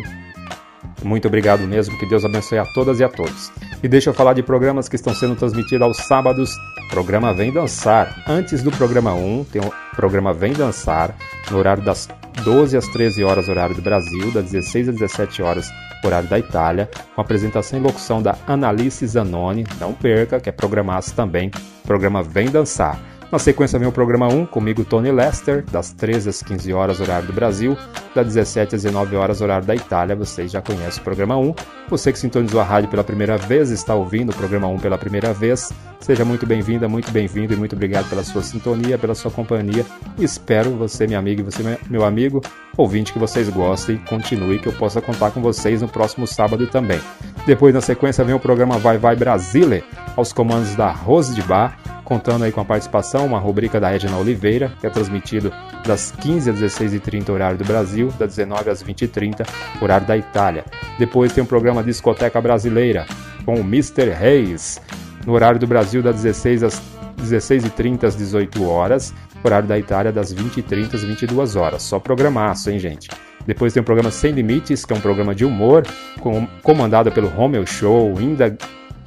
Muito obrigado mesmo, que Deus abençoe a todas e a todos. E deixa eu falar de programas que estão sendo transmitidos aos sábados. Programa Vem Dançar. Antes do Programa um, tem o programa Vem Dançar, no horário das doze às treze horas, horário do Brasil, das dezesseis às dezessete horas, horário da Itália, com apresentação e locução da Annalise Zanoni. Não perca, que é programaço também. Programa Vem Dançar. Na sequência vem o Programa um, comigo Tony Lester, das treze às quinze horas, horário do Brasil, das dezessete às dezenove horas, horário da Itália. Vocês já conhecem o Programa um. Você que sintonizou a rádio pela primeira vez, está ouvindo o Programa um pela primeira vez, seja muito bem-vinda, muito bem-vindo e muito obrigado pela sua sintonia, pela sua companhia. Espero você, minha amiga, e você, meu amigo, ouvinte, que vocês gostem e continue, que eu possa contar com vocês no próximo sábado também. Depois, na sequência, vem o programa Vai Vai Brasília, aos comandos da Rose de Bar, contando aí com a participação, uma rubrica da Edna Oliveira, que é transmitido das quinze às dezesseis e trinta, horário do Brasil, das dezenove às vinte e trinta, horário da Itália. Depois tem o programa Discoteca Brasileira, com o mister Reis, no horário do Brasil, das dezesseis às dezesseis e trinta às dezoito horas, horário da Itália, das vinte e trinta às vinte e duas horas. Só programaço, hein, gente? Depois tem o programa Sem Limites, que é um programa de humor, com, comandado pelo Romeu Show, Inda...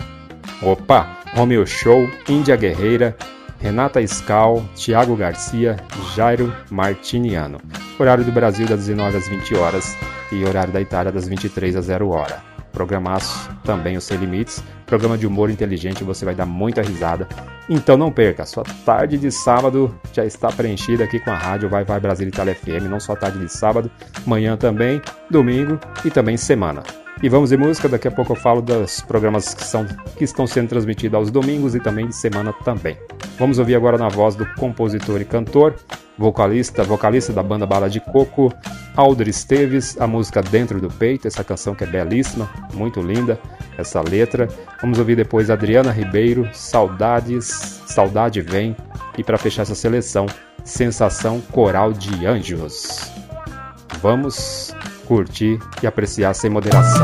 Opa! Romeu Show, Índia Guerreira, Renata Scal, Thiago Garcia, Jairo Martiniano. Horário do Brasil das dezenove às vinte horas e horário da Itália das vinte e três às zero hora. Programaço também o Sem Limites, programa de humor inteligente, você vai dar muita risada. Então não perca, sua tarde de sábado já está preenchida aqui com a rádio Vai Vai Brasília Itália F M, não só tarde de sábado, manhã também, domingo e também semana. E vamos de música, daqui a pouco eu falo dos programas que, são, que estão sendo transmitidos aos domingos e também de semana também. Vamos ouvir agora na voz do compositor e cantor, vocalista, vocalista da banda Bala de Coco, Alder Esteves, a música Dentro do Peito, essa canção que é belíssima, muito linda, essa letra. Vamos ouvir depois Adriana Ribeiro, Saudades, Saudade Vem, e para fechar essa seleção, Sensação Coral de Anjos. Vamos curtir e apreciar sem moderação.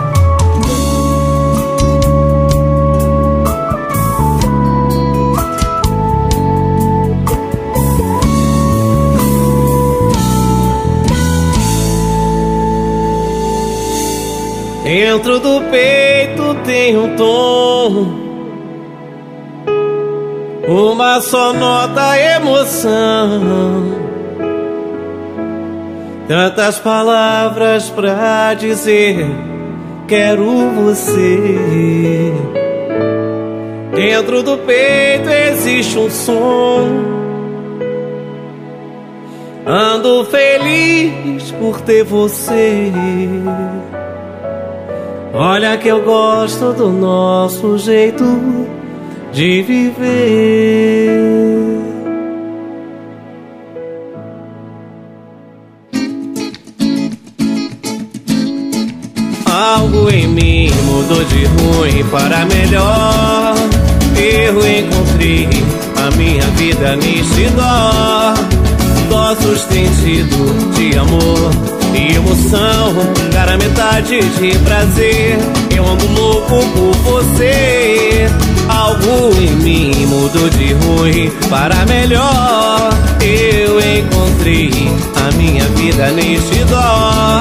Dentro do peito tem um tom, uma só nota, emoção, tantas palavras pra dizer, quero você. Dentro do peito existe um som, ando feliz por ter você. Olha que eu gosto do nosso jeito de viver. Algo em mim mudou de ruim para melhor. Eu encontrei a minha vida nítida. Nossos têm sido de amor e emoção, cara, metade de prazer. Eu ando louco por você. Algo em mim mudou de ruim para melhor. Eu encontrei a minha vida neste dó.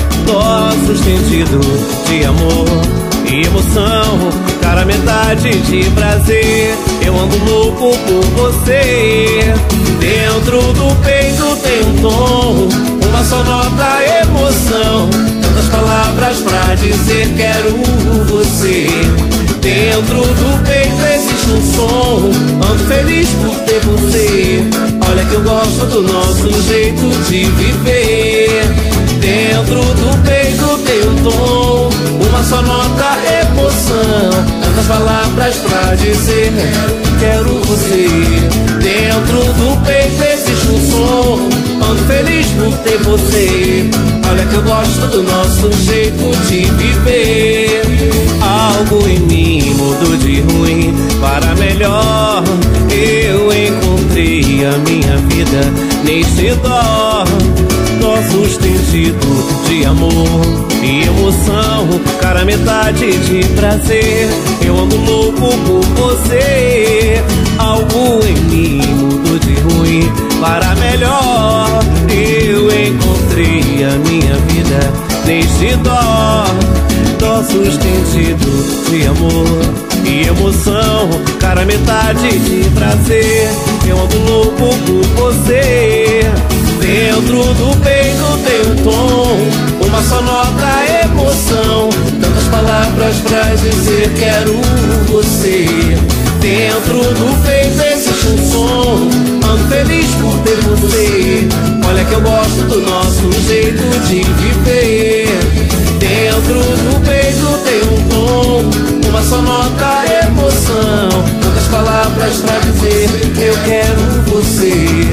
Nossos têm sido de amor e emoção, cara, metade de prazer. Eu ando louco por você. Dentro do peito tem um tom, uma só nota, emoção, tantas palavras pra dizer, quero você. Dentro do peito existe um som, ando feliz por ter você. Olha que eu gosto do nosso jeito de viver. Dentro do peito tem um tom, uma só nota, emoção, tantas palavras pra dizer, quero você. Dentro do peito existe um som, ando feliz por ter você. Olha que eu gosto do nosso jeito de viver. Algo em mim mudou de ruim para melhor. Eu encontrei a minha vida neste dó. Nossos têm sido de amor e emoção, cara, metade de prazer. Eu ando louco por você. Algo em mim mudou de ruim para melhor. Eu encontrei a minha vida neste dó. Nossos têm sido de amor e emoção, cara, metade de prazer. Eu ando louco por você. Dentro do peito tem um tom, uma só nota, emoção, tantas palavras pra dizer, quero você. Dentro do peito existe um som, ando feliz por ter você. Olha que eu gosto do nosso jeito de viver. Dentro do peito tem um tom, uma só nota, emoção, tantas palavras pra dizer, eu quero você.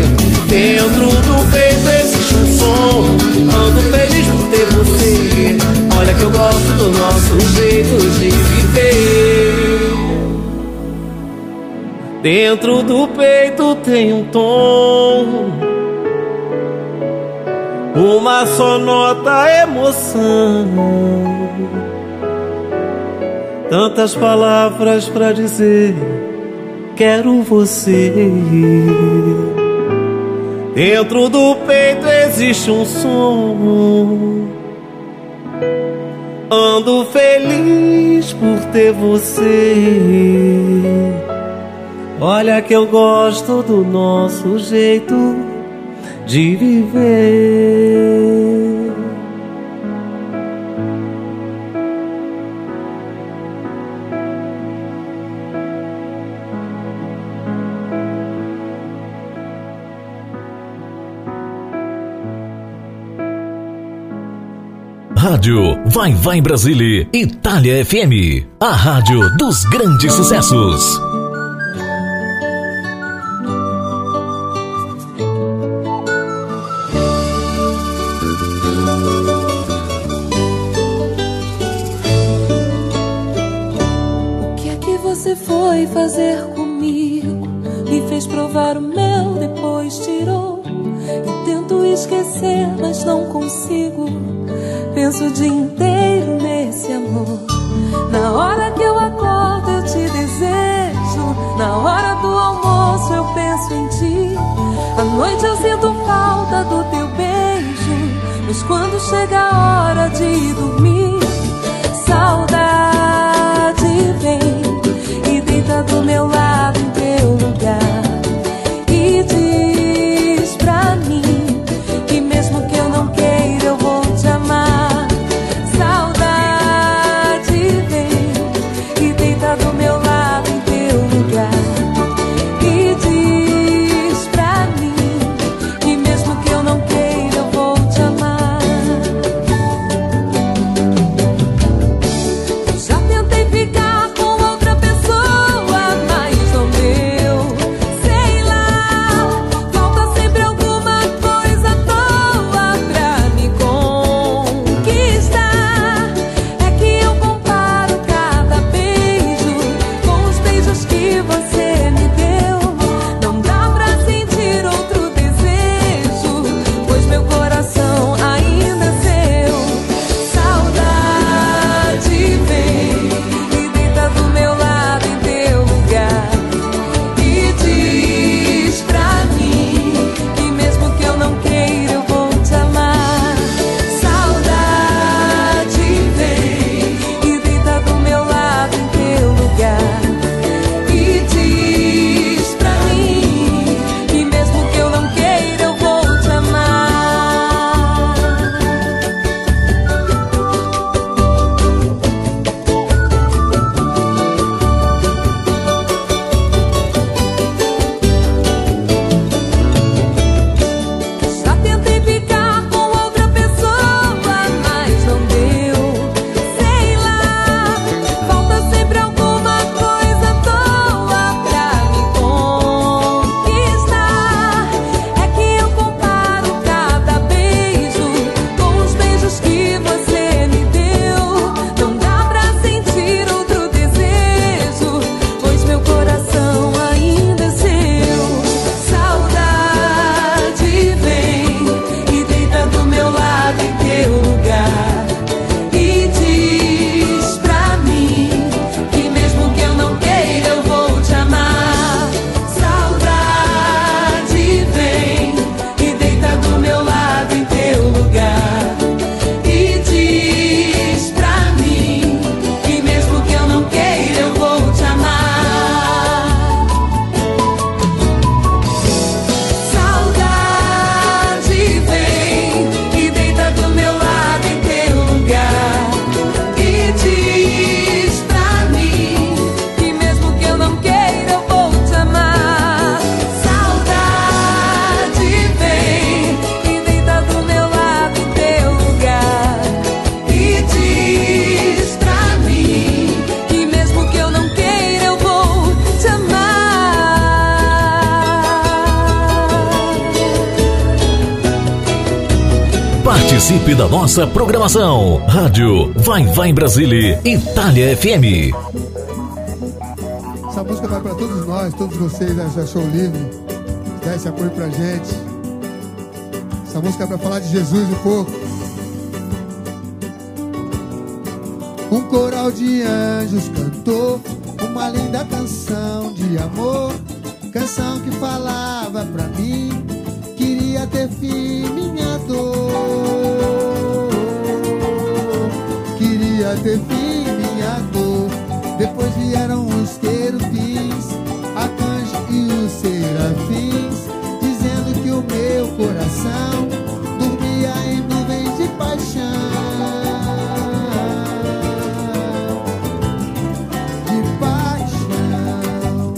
Dentro do peito existe um som, ando feliz por ter você. Olha que eu gosto do nosso jeito de viver. Dentro do peito tem um tom, uma só nota, emoção, tantas palavras pra dizer, quero você. Dentro do peito existe um som, ando feliz por ter você. Olha que eu gosto do nosso jeito de viver. Rádio Vai Vai Brasília, Itália F M, a rádio dos grandes sucessos. foi fazer comigo? Me fez provar o mel, depois tirou. Eu tento esquecer, mas não consigo. Penso o dia inteiro nesse amor. Na hora que eu acordo eu te desejo. Na hora do almoço eu penso em ti. À noite eu sinto falta do teu beijo. Mas quando chega a hora de dormir, saudade vem e deita do meu lado em teu lugar. E diz pra mim que mesmo que eu não queira eu vou te amar. Saudade vem e deita do meu lado em teu lugar. E diz pra mim que mesmo que eu não queira eu vou te amar. Já tentei ficar com outra pessoa, mas não deu. Sei lá, falta sempre alguma coisa à toa pra me conquistar. É que eu comparo cada beijo com os beijos que você me deu. Não dá pra sentir outro desejo, pois meu coração ainda é seu. Saudade vem e deita do meu lado em teu lugar. E diz pra mim que mesmo que eu não queira eu vou te amar. Saudade vem e deita do meu lado em teu lugar. E diz pra mim que mesmo que eu não queira eu vou te amar. Já tentei ficar com outra pessoa, mas não deu. Sei lá, falta sempre alguma coisa à toa pra me conquistar. É que eu comparo cada beijo com os beijos que você me deu. Não dá pra sentir outro desejo, pois meu coração ainda é seu. Saudade vem e deita do meu lado em teu lugar. E diz pra mim que mesmo que eu não queira eu vou te amar. Saudade vem e deita do meu lado em teu lugar. E diz pra mim que mesmo que eu não queira eu vou te amar. Saudade vem e deita do meu lado em teu lugar. E diz pra mim que mesmo que eu não queira eu vou te amar. Saudade vem e deita do meu lado em teu lugar. E diz pra mim que mesmo que eu não queira eu vou te amar. Participe da nossa programação. Rádio Vai Vai Brasília, Itália F M. Essa música vai para todos nós, todos vocês da Show Livre. Dá esse apoio pra gente. Essa música é para falar de Jesus um pouco. Um coral de anjos cantou uma linda canção de amor. Canção que falava pra mim, queria ter fim minha dor. Queria ter fim minha dor. Depois vieram os querubins, arcanjos e os serafins, dizendo que o meu coração dormia em nuvens de paixão. De paixão.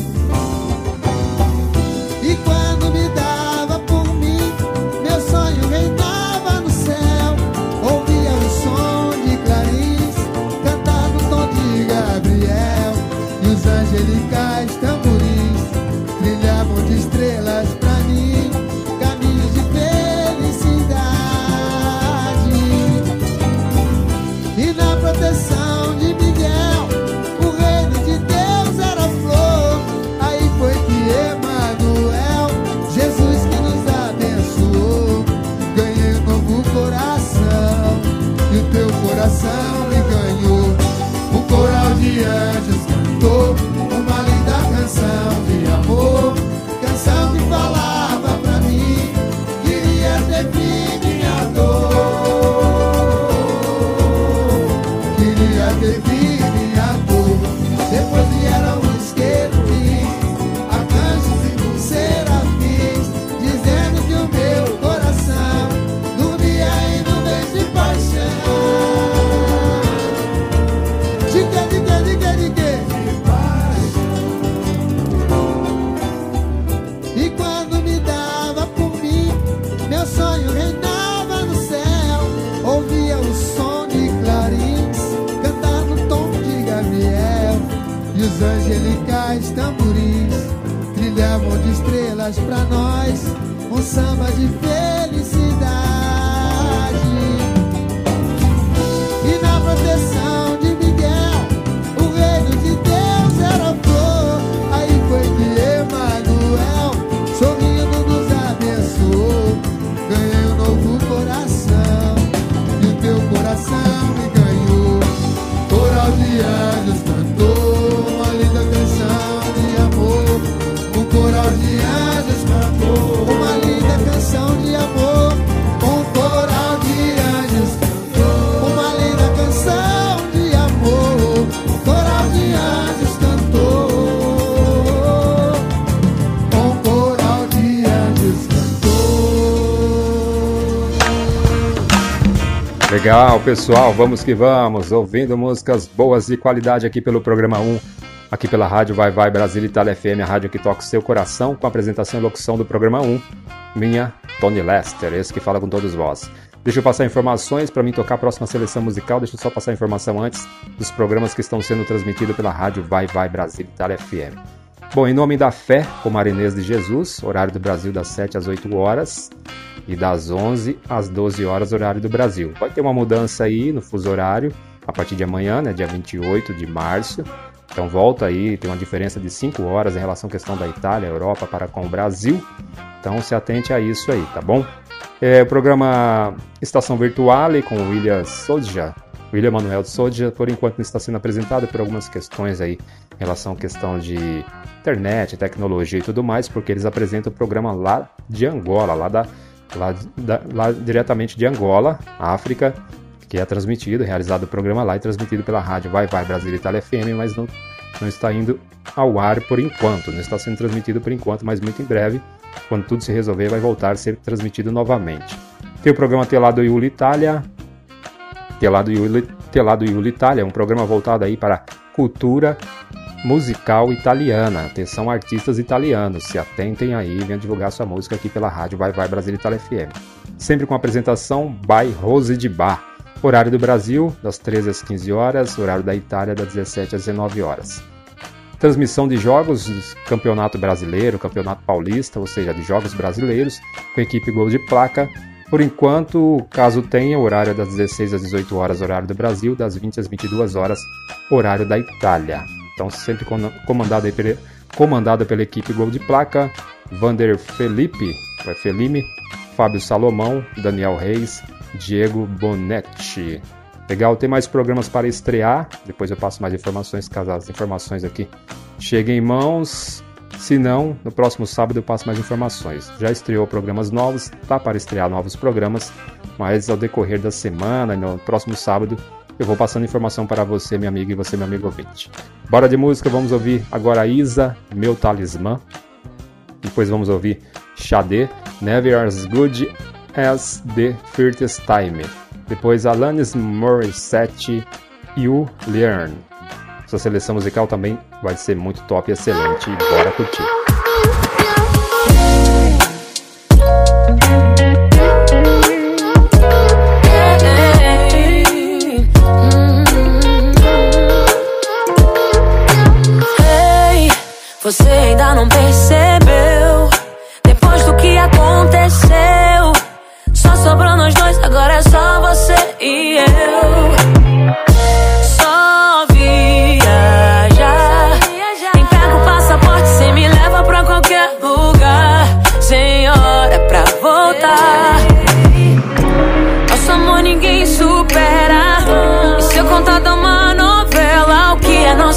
E quando me dava por mim, meu sonho reinava no céu. Ouvia o som de clarins, cantar no tom de Gabriel. E os angelicais tamborins brilhavam de estrelas pra mim, caminhos de felicidade. E na proteção de Miguel, o reino de Deus era flor. meu coração me ganhou. O coral de anjos cantou uma linda canção de amor, canção que falava pra mim, queria ter fim minha dor, queria ter fim minha dor. Depois vieram os querubins, arcanjos e os serafins, dizendo que o meu coração dormia em nuvens de paixão. De que, de que, de que, de que? E quando me dava por mim, meu sonho reinava no céu. Ouvia o som de clarins cantar no tom de Gabriel, e os angelicais tamborins trilhavam de estrelas pra nós um samba de felicidade. E na proteção de Miguel, o reino de Deus era flor. Aí foi que Emanuel, sorrindo, nos abençoou. Ganhei um novo coração, e o teu coração me ganhou. Coral de anjos cantou uma linda canção de amor. Um coral de anjos cantou uma linda canção de amor. Um coral de anjos cantou uma linda canção de amor. Um coral de anjos cantou. Um coral de anjos cantou. Legal, pessoal, vamos que vamos, ouvindo músicas boas de qualidade aqui pelo Programa um, aqui pela Rádio Vai Vai Brasília Itália F M, a rádio que toca o seu coração, com a apresentação e locução do Programa um, minha Tony Lester, esse que fala com todos vós. Deixa eu passar informações para mim tocar a próxima seleção musical, deixa eu só passar informação antes dos programas que estão sendo transmitidos pela Rádio Vai Vai Brasília Itália F M. Bom, em nome da fé, com Marinês de Jesus, horário do Brasil das sete às oito horas e das onze às doze horas, horário do Brasil. Vai ter uma mudança aí no fuso horário a partir de amanhã, né, dia vinte e oito de março. Então volta aí, tem uma diferença de cinco horas em relação à questão da Itália, Europa para com o Brasil. Então se atente a isso aí, tá bom? É, o programa Estação Virtuale com o William Sodja, William Manuel Sodja, por enquanto não está sendo apresentado por algumas questões aí em relação à questão de internet, tecnologia e tudo mais, porque eles apresentam o programa lá de Angola, lá, da, lá, da, lá diretamente de Angola, África, que é transmitido, realizado o programa lá e transmitido pela rádio Vai Vai Brasília Itália F M, mas não, não está indo ao ar por enquanto, não está sendo transmitido por enquanto, mas muito em breve, quando tudo se resolver, vai voltar a ser transmitido novamente. Tem o programa Telado Iuli Itália, Telado Iuli, Telado Iuli Itália, um programa voltado aí para cultura musical italiana. Atenção, artistas italianos, se atentem aí e venham divulgar sua música aqui pela rádio Vai Vai Brasília Itália F M. Sempre com a apresentação by Rose de Bar. Horário do Brasil, das treze às quinze horas, horário da Itália, das dezessete às dezenove horas. Transmissão de jogos, Campeonato Brasileiro, Campeonato Paulista, ou seja, de jogos brasileiros, com a equipe Gol de Placa. Por enquanto, caso tenha, horário das dezesseis às dezoito horas, horário do Brasil, das vinte às vinte e duas horas, horário da Itália. Então, sempre comandado, aí pela, comandado pela equipe Gol de Placa, Vander Felipe, Felime, Fábio Salomão, Daniel Reis, Diego Bonetti. Legal, tem mais programas para estrear, depois eu passo mais informações, caso as informações aqui cheguem em mãos. Se não, no próximo sábado eu passo mais informações. Já estreou programas novos, tá para estrear novos programas, mas ao decorrer da semana e no próximo sábado eu vou passando informação para você, minha amiga, e você, meu amigo ouvinte. Bora de música, vamos ouvir agora a Isa, Meu Talismã. Depois vamos ouvir Xadê, Never As Good As The First Time. Depois Alanis Morissette, You Learn. Sua seleção musical também vai ser muito top e excelente. Bora curtir. Hey, você ainda não percebeu? Depois do que aconteceu, só sobrou nós dois, agora é só você e eu. Só viajar, nem pega o passaporte, cê me leva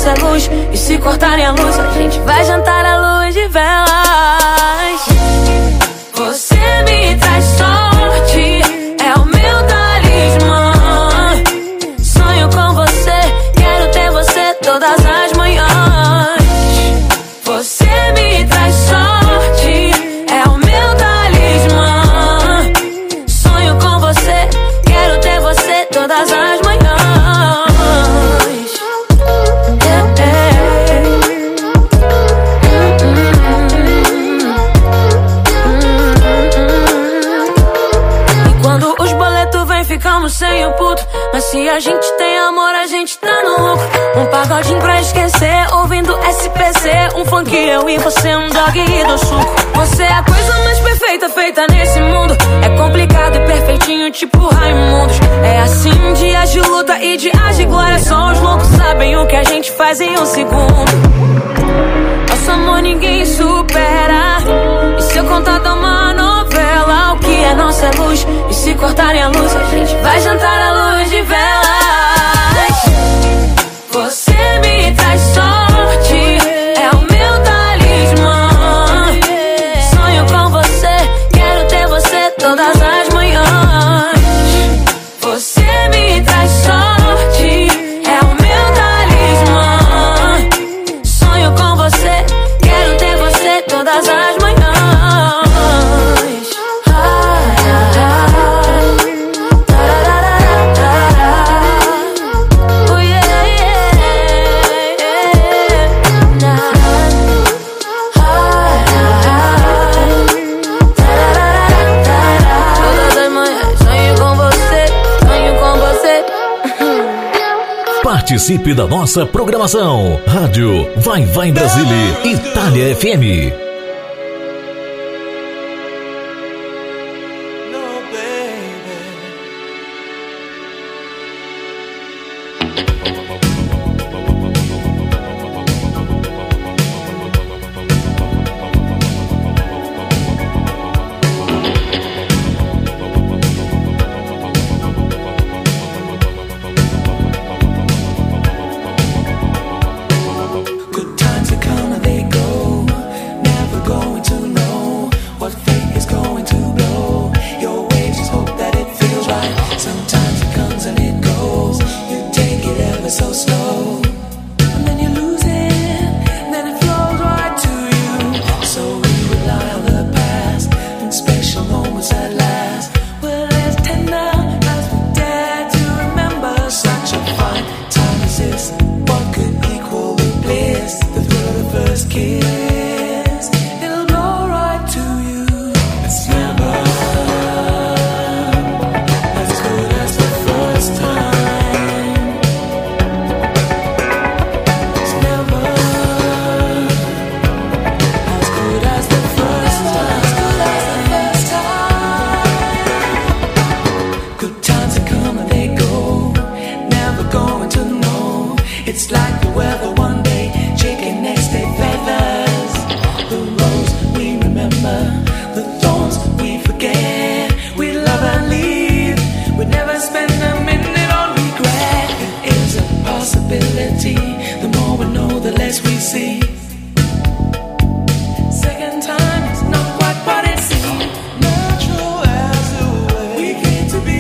nossa é luz. E se cortarem a luz, a gente vai jantar à luz de velas. Você me traz sorte, é o meu talismã. Sonho com você, quero ter você todas as manhãs. Você me traz sorte, é o meu talismã. Sonho com você, quero ter você todas as manhãs. Ficamos sem o puto, mas se a gente tem amor, a gente tá no lucro. Um pagodinho pra esquecer, ouvindo S P C. Um funk, eu e você, um dog e do suco. Você é a coisa mais perfeita feita nesse mundo. É complicado e perfeitinho, tipo Raimundos. É assim, dias de luta e dias de glória. Só os loucos sabem o que a gente faz em um segundo. Nosso amor ninguém supera. E se eu contar dá uma novela. O que é nossa é luz. E se cortarem a luz, a gente vai jantar à luz de velas. Você me traz sorte, é o meu talismã. Sonho com você, quero ter você todas as manhãs. Você me traz sorte, é o meu talismã. Sonho com você, quero ter você todas as manhãs. Participe da nossa programação. Rádio Vai Vai Brasília, Itália F M.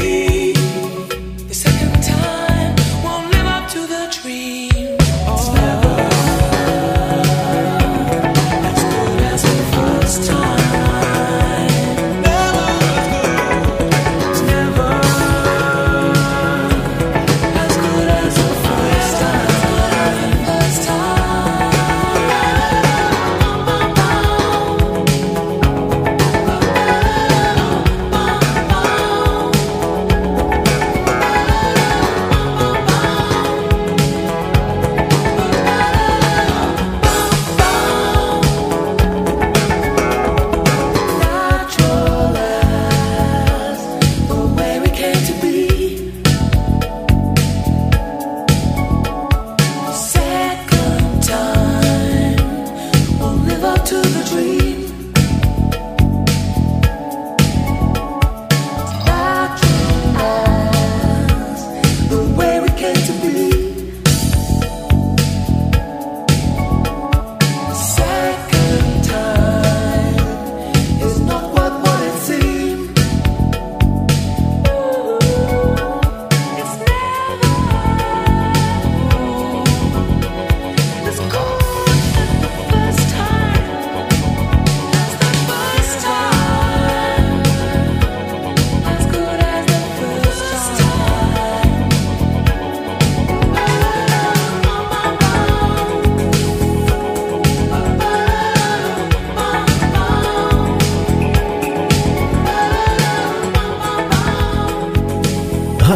It's never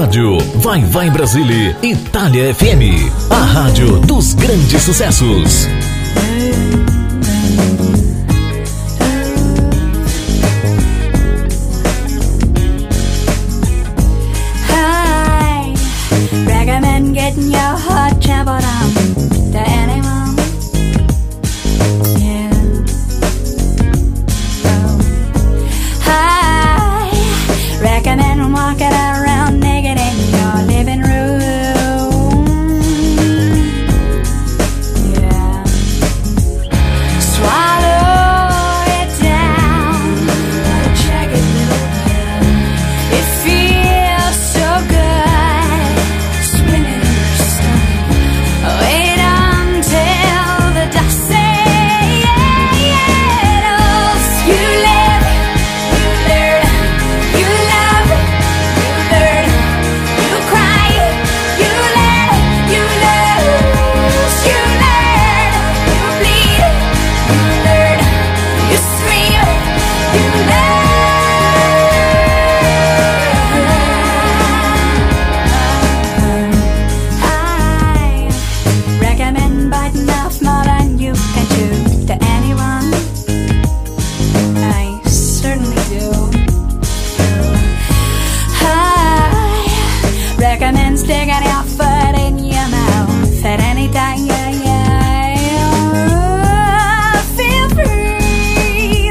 rádio Vai Vai Brasília, Itália F M, a rádio dos grandes sucessos. I recommend getting your heart trampled on to anyone. Yeah. Oh. I recommend walking around naked in your living room. Yeah. Swallow it down like a jagged little pill. It feels so good, swimming in your stomach. Wait until the dust settles. You live, you learn, you love, you learn, you cry, you learn, you lose, you learn, you bleed, you learn, you scream, you learn. I recommend biting off more than you can chew to anyone. I certainly do. I recommend sticking your foot in your mouth at any time. Yeah, yeah. Feel free.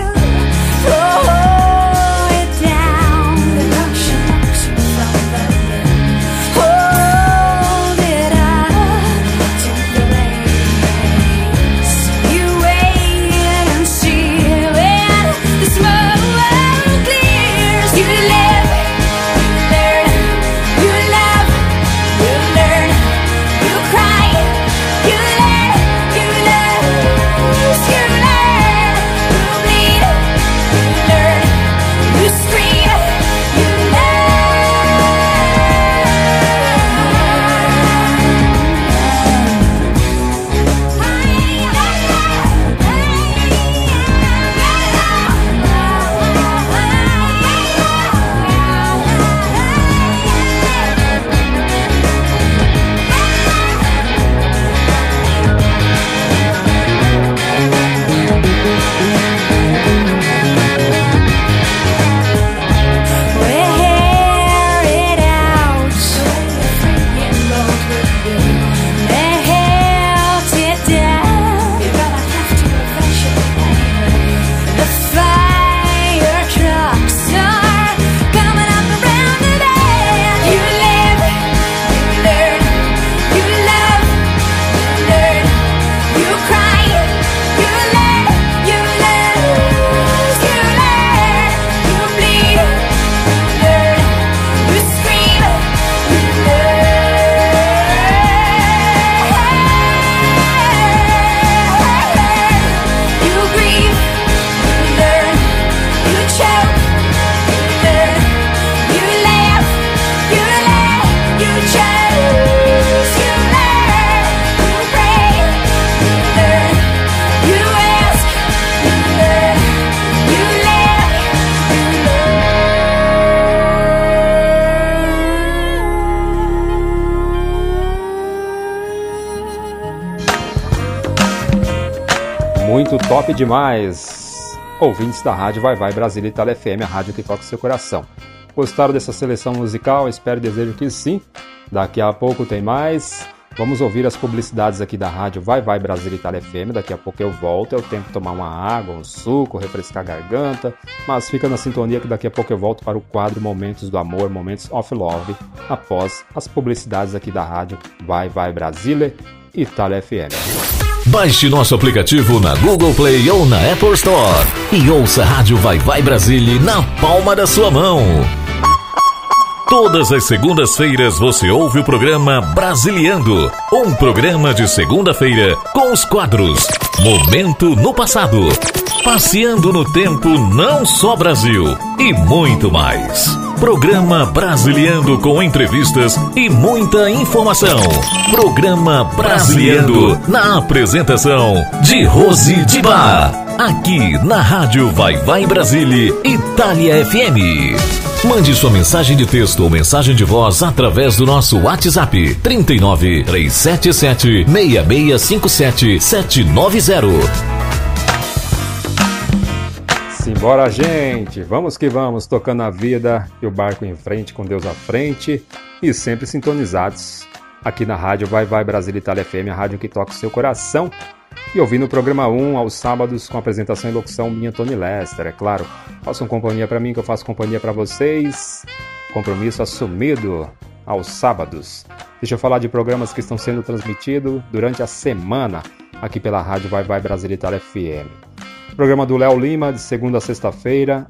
Throw it down. The caution knocks you from the limb. Hold it up to the race. You wait and see when the smoke clears. You live, you learn, you love, you learn, you cry, you learn, you lose, you learn, you bleed, you learn, you scream, you wear it out. They held it down. You're gonna have to eventually. The fire trucks are coming up around the bend. You live, you learn, you love, you learn, you cry, you learn, you lose, you learn, you bleed, you learn, you scream, you learn, you grieve, you learn, you choke, you learn, you laugh, you laugh, you choose, you learn, you pray, you learn, you ask, you learn, you live, you Muito top demais! Ouvintes da rádio Vai Vai Brasília Itália F M, a rádio que toca o seu coração. Gostaram dessa seleção musical? Espero e desejo que sim. Daqui a pouco tem mais. Vamos ouvir as publicidades aqui da rádio Vai Vai Brasília Itália F M. Daqui a pouco eu volto. Eu tenho que tomar uma água, um suco, refrescar a garganta. Mas fica na sintonia que daqui a pouco eu volto para o quadro Momentos do Amor, Momentos of Love, após as publicidades aqui da rádio Vai Vai Brasília Itália F M. Baixe nosso aplicativo na Google Play ou na Apple Store e ouça a rádio Vai Vai Brasília na palma da sua mão. Todas as segundas-feiras você ouve o programa Brasiliando, um programa de segunda-feira com os quadros Momento no Passado, Passeando no Tempo Não Só Brasil e muito mais. Programa Brasiliando com entrevistas e muita informação. Programa Brasiliando na apresentação de Rose de Bar. Aqui na rádio Vai Vai Brasília Itália F M. Mande sua mensagem de texto ou mensagem de voz através do nosso WhatsApp trinta e nove, três sete sete, seis seis cinco sete, sete nove zero. Simbora, gente! Vamos que vamos, tocando a vida e o barco em frente, com Deus à frente e sempre sintonizados aqui na rádio Vai Vai Brasília Itália F M, a rádio que toca o seu coração. E ouvindo o programa um aos sábados com apresentação e locução minha, Tony Lester, é claro. Façam companhia para mim que eu faço companhia para vocês. Compromisso assumido aos sábados. Deixa eu falar de programas que estão sendo transmitidos durante a semana aqui pela rádio Vai Vai Brasília Itália F M. Programa do Léo Lima, de segunda a sexta-feira,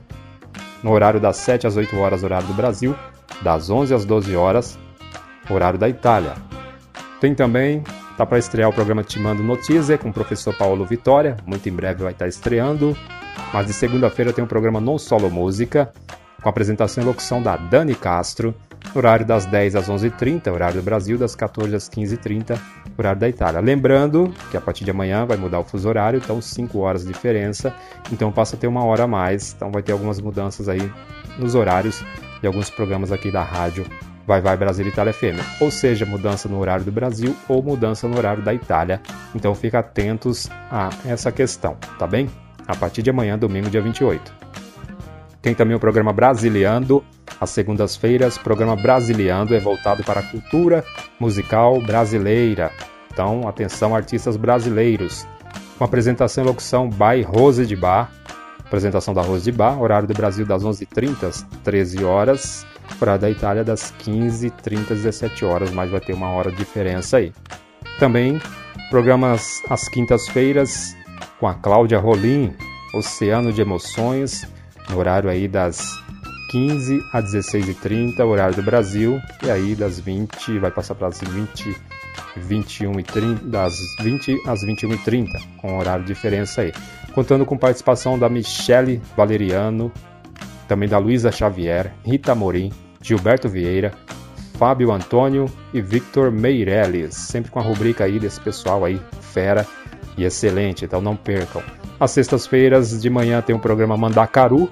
no horário das sete às oito horas, horário do Brasil, das onze às doze horas, horário da Itália. Tem também, tá para estrear o programa Te Mando Notícia, com o professor Paulo Vitória, muito em breve vai estar estreando, mas de segunda-feira tem o programa Non Solo Música, com a apresentação e locução da Dani Castro, horário das dez às onze e trinta, horário do Brasil, das quatorze às quinze e trinta, horário da Itália. Lembrando que a partir de amanhã vai mudar o fuso horário, então cinco horas de diferença, então passa a ter uma hora a mais, então vai ter algumas mudanças aí nos horários de alguns programas aqui da rádio Vai Vai Brasília Itália F M, ou seja, mudança no horário do Brasil ou mudança no horário da Itália, então fica atentos a essa questão, tá bem? A partir de amanhã, domingo, dia vinte e oito. Tem também o programa Brasiliando, às segundas-feiras. O programa Brasiliando é voltado para a cultura musical brasileira. Então, atenção, artistas brasileiros. Com apresentação e locução by Rose de Bar. Apresentação da Rose de Bar, horário do Brasil das onze e trinta às treze horas. Horário da Itália das quinze e trinta às dezessete horas, mas vai ter uma hora de diferença aí. Também programas às quintas-feiras com a Cláudia Rolim, Oceano de Emoções, no horário aí das quinze às dezesseis e trinta, horário do Brasil, e aí das vinte, vai passar para as vinte, vinte e uma e trinta, das vinte às vinte e uma e trinta, com horário de diferença aí. Contando com participação da Michele Valeriano, também da Luísa Xavier, Rita Amorim, Gilberto Vieira, Fábio Antônio e Victor Meirelles, sempre com a rubrica aí desse pessoal aí, fera e excelente, então não percam. Às sextas-feiras de manhã tem o programa Mandacaru,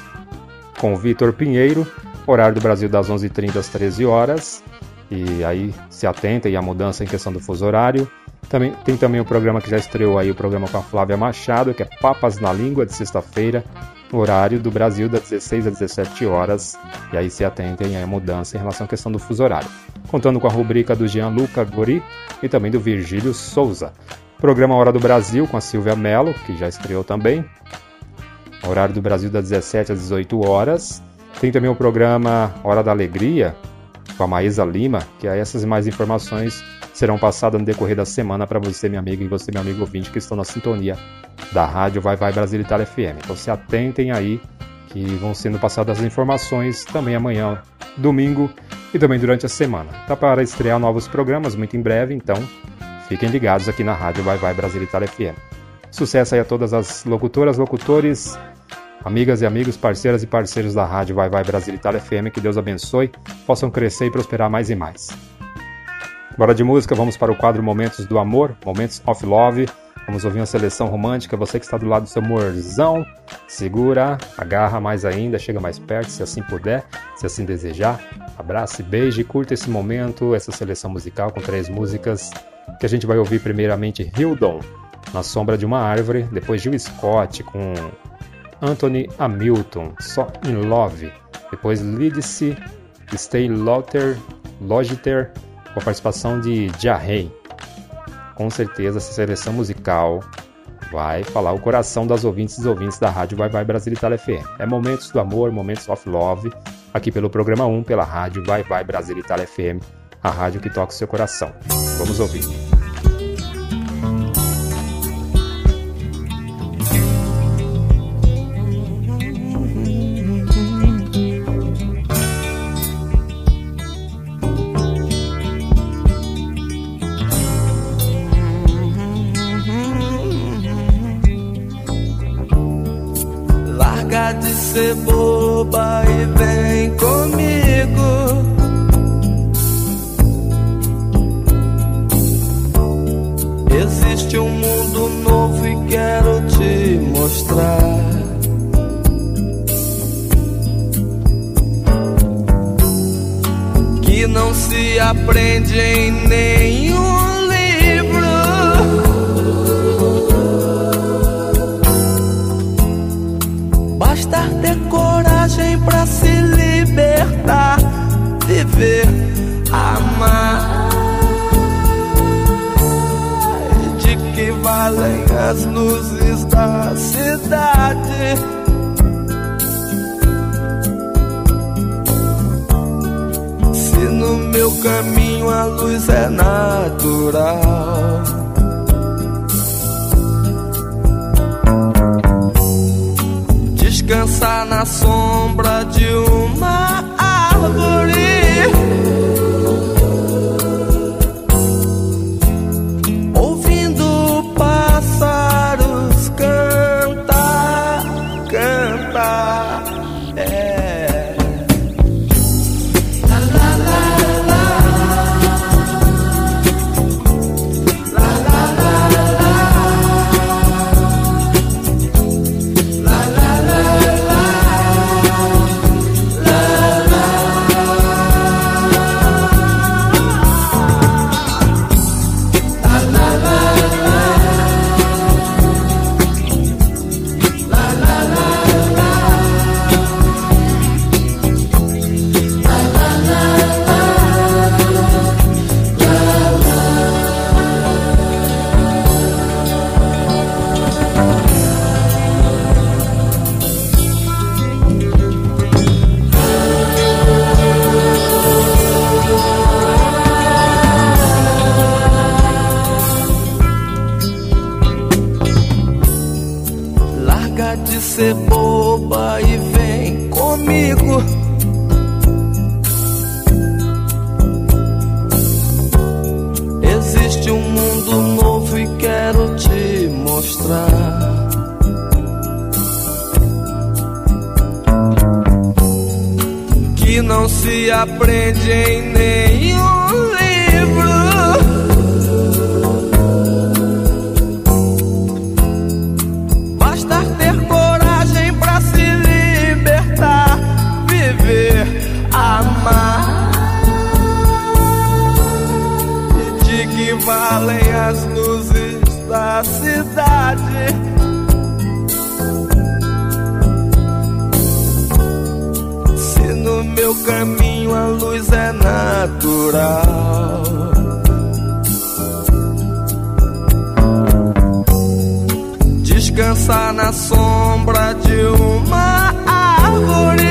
com o Vitor Pinheiro, horário do Brasil das onze e trinta às treze horas, e aí se atentem à mudança em questão do fuso horário. Também, tem também o programa que já estreou aí, o programa com a Flávia Machado, que é Papas na Língua, de sexta-feira, no horário do Brasil das dezesseis às dezessete horas, e aí se atentem à mudança em relação à questão do fuso horário. Contando com a rubrica do Gianluca Gori e também do Virgílio Souza. Programa Hora do Brasil com a Silvia Mello, que já estreou também. Horário do Brasil das dezessete às dezoito horas. Tem também o programa Hora da Alegria com a Maísa Lima, que aí essas e mais informações serão passadas no decorrer da semana para você, minha amiga, e você, meu amigo ouvinte, que estão na sintonia da rádio Vai Vai Brasília Itália F M. Então se atentem aí que vão sendo passadas as informações também amanhã, domingo e também durante a semana. Tá para estrear novos programas muito em breve, então fiquem ligados aqui na rádio Vai Vai Brasília Itália F M. Sucesso aí a todas as locutoras, locutores, amigas e amigos, parceiras e parceiros da rádio Vai Vai Brasília Itália F M. Que Deus abençoe, possam crescer e prosperar mais e mais. Bora de música, vamos para o quadro Momentos do Amor, Momentos of Love. Vamos ouvir uma seleção romântica. Você que está do lado do seu amorzão, segura, agarra mais ainda, chega mais perto, se assim puder, se assim desejar. Abrace, beije, curta esse momento, essa seleção musical com três músicas que a gente vai ouvir. Primeiramente Hildon, Na Sombra de uma Árvore, depois Gil Scott com Anthony Hamilton, Só in Love, depois Lidice, Stay Lauter, Logiter, com a participação de Jarrey. Com certeza essa seleção musical vai falar o coração das ouvintes e ouvintes da rádio Vai Vai Brasília Itália F M. É Momentos do Amor, Momentos of Love, aqui pelo programa um, pela rádio Vai Vai Brasília Itália F M, a rádio que toca o seu coração. Vamos ouvir. Larga de ser boba e vem comigo. Existe um mundo novo e quero te mostrar. aprende em nenhum livro. Basta ter coragem pra se libertar, viver, amar. De que valem as luzes da cidade? Se no meu caminho a luz é natural. Descansar na sombra de uma árvore. Ouvindo pássaros cantar, cantar, é. La la la la, la la la la, la la la la, la la. Larga de ser boba e vem comigo. Existe um mundo novo e quero te mostrar. Que não se aprende em nenhum livro. Basta ter coragem pra se libertar, viver, amar. E de que valem as luzes da cidade? Se no meu caminho a luz é natural. Descansar na sombra de uma árvore.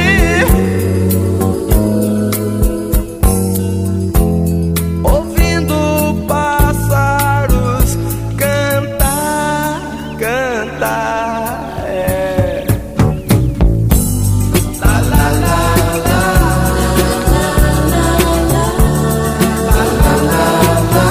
Ouvindo pássaros cantar, cantar, é. La la la la, la la la la.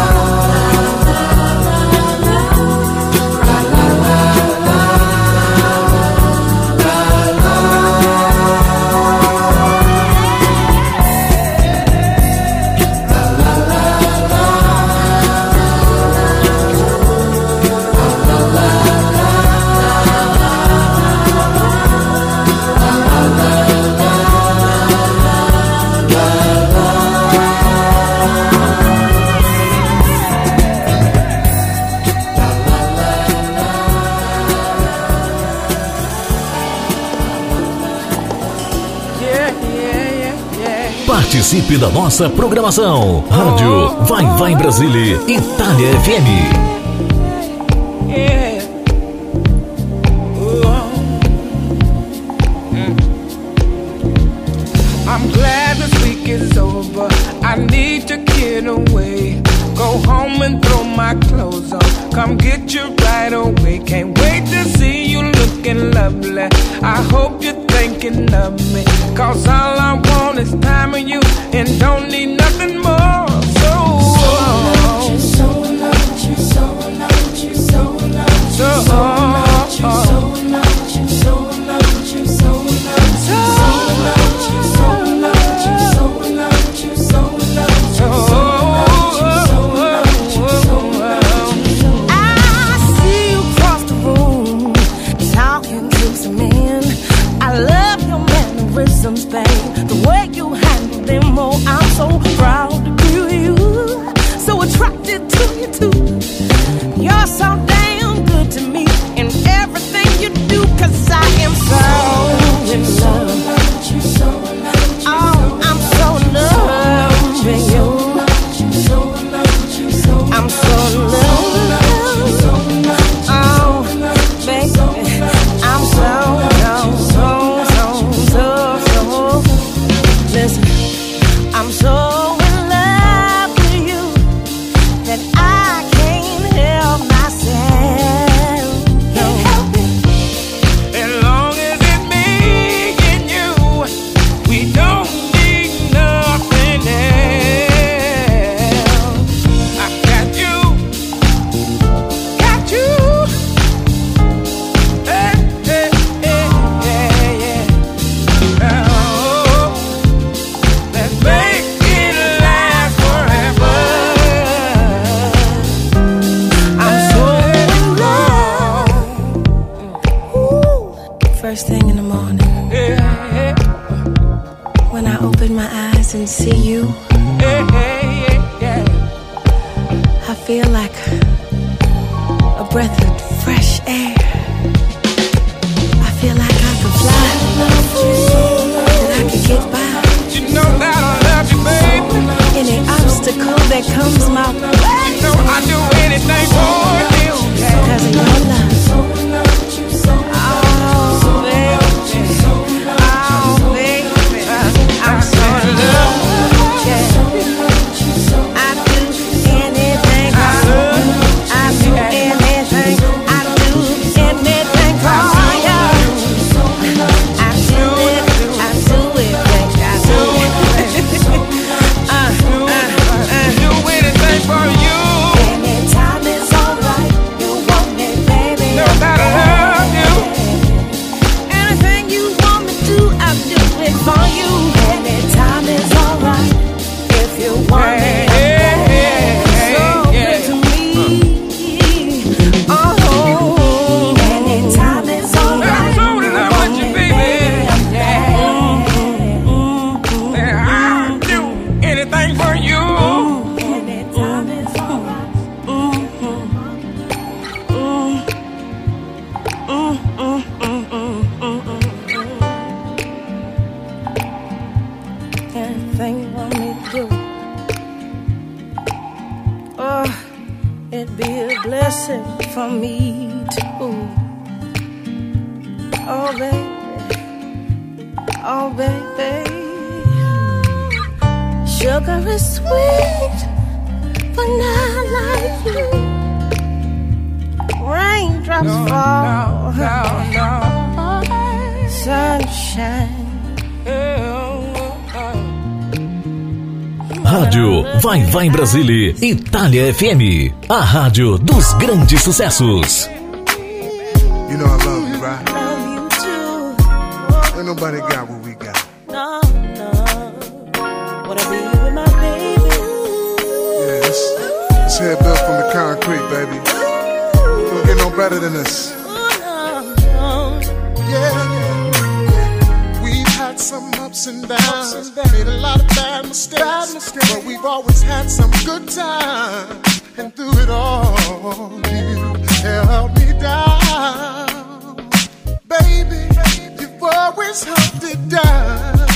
Participe da nossa programação. Rádio Vai Vai Brasília, Itália F M. Yeah. Ooh. Mm. I'm glad this week is over. I need to get away. Go home and throw my clothes on. Come get you right away. Can't wait to see you looking lovely. I hope you're thinking of me. Cause all I want is time with you and don't need nothing more. So, so, so, mannerisms, babe. The way you handle them, oh, I'm so proud to be feel like a breath of fresh air. I feel like I could fly, that I could get by. You know that I love you, babe. Any obstacle that comes my way, You know I do anything for you. cause of your love. Oh, baby. Oh, baby. I'm so in love. Yeah. I do anything for you. I do anything. I do anything for you. I do it. I do it. I do it. uh, uh, uh. Do anything for you. Anytime is alright. You want me, baby. Know that I love you. Anything you want me to, I'll do it for you. Anytime is alright. If you want me, Yeah, yeah, so yeah, good to me. Oh, anytime is alright. I'm so in love with you, baby. Yeah, I'll do anything for you. Anytime is alright. Anything you want me to do. Oh, it'd be a blessing for me too. Oh, baby. Oh, baby. Sugar is sweet, but not like you. Raindrops No, fall, no, no. sunshine. Rádio Vai Vai Brasília, Itália F M, a rádio dos grandes sucessos. You know I love you, right? Love you too. Ain't nobody got what we got. No, no. Wanna be with my baby. Yeah, this, this head built from the concrete, baby. Don't get no better than this. No, no. Yeah, we've had some ups and downs, made a lot of bad mistakes, but we've always had some good times. And through it all, you held me down, baby. You've always held it down.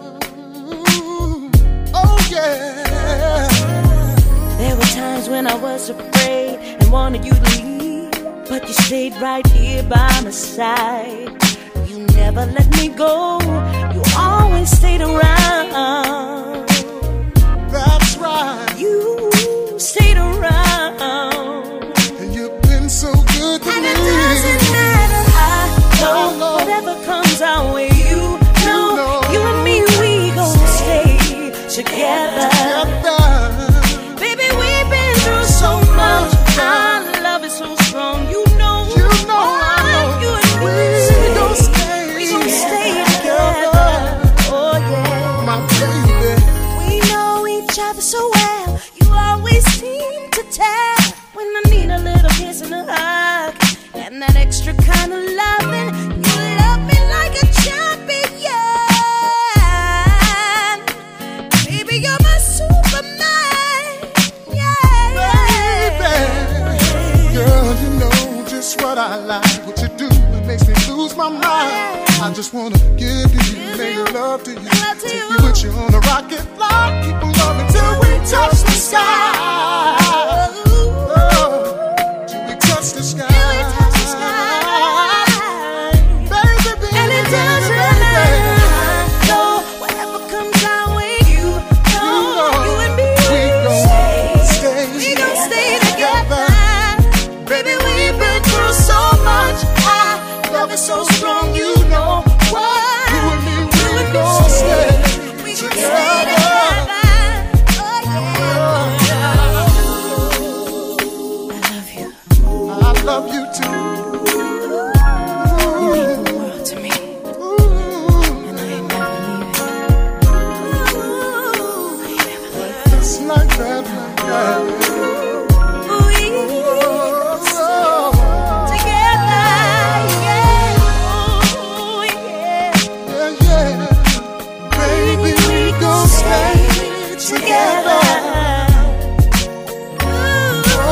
Oh yeah. There were times when I was afraid and wanted you to leave, but you stayed right here by my side. You never let me go. You always stayed around. That's right. You stayed around. And you've been so good to And me. it doesn't matter. I know No, no. whatever comes our way. You know, know. you and me, we gon' stay together. Baby, we've been through so much. Our love is so strong. You know, You know, oh, you and me, we gon' stay, we gon' stay together. Oh yeah, my baby. we know each other so well. You always seem to tell when I need a little kiss and a hug, and that extra kind of loving. You love me like a champion. Baby, you're my Superman. Yeah, Baby, girl, you know just what I like. What you do, it makes me lose my mind. I just wanna give to you, make love to you, Love to take you. you with you on a rocket flight. Keep on loving till we touch the sky. Oh, till we touch the sky. Till we touch the sky. Baby, baby, And it doesn't baby, matter. baby. No, whatever comes our way, you know, You know, you and me, we gon' stay we gon' stay together. together. Baby, we've been through so much. Our love is so strong, you know what? You and me, You we and gon' stay we gon' stay together. together. Oh yeah. I love you. I love you too. You mean the world to me, Ooh, and I ain't never leaving. I ain't never leaving. just like that, like that. Ooh, together, yeah. Ooh, yeah. Yeah, yeah. Baby, we gon' stay together. Together.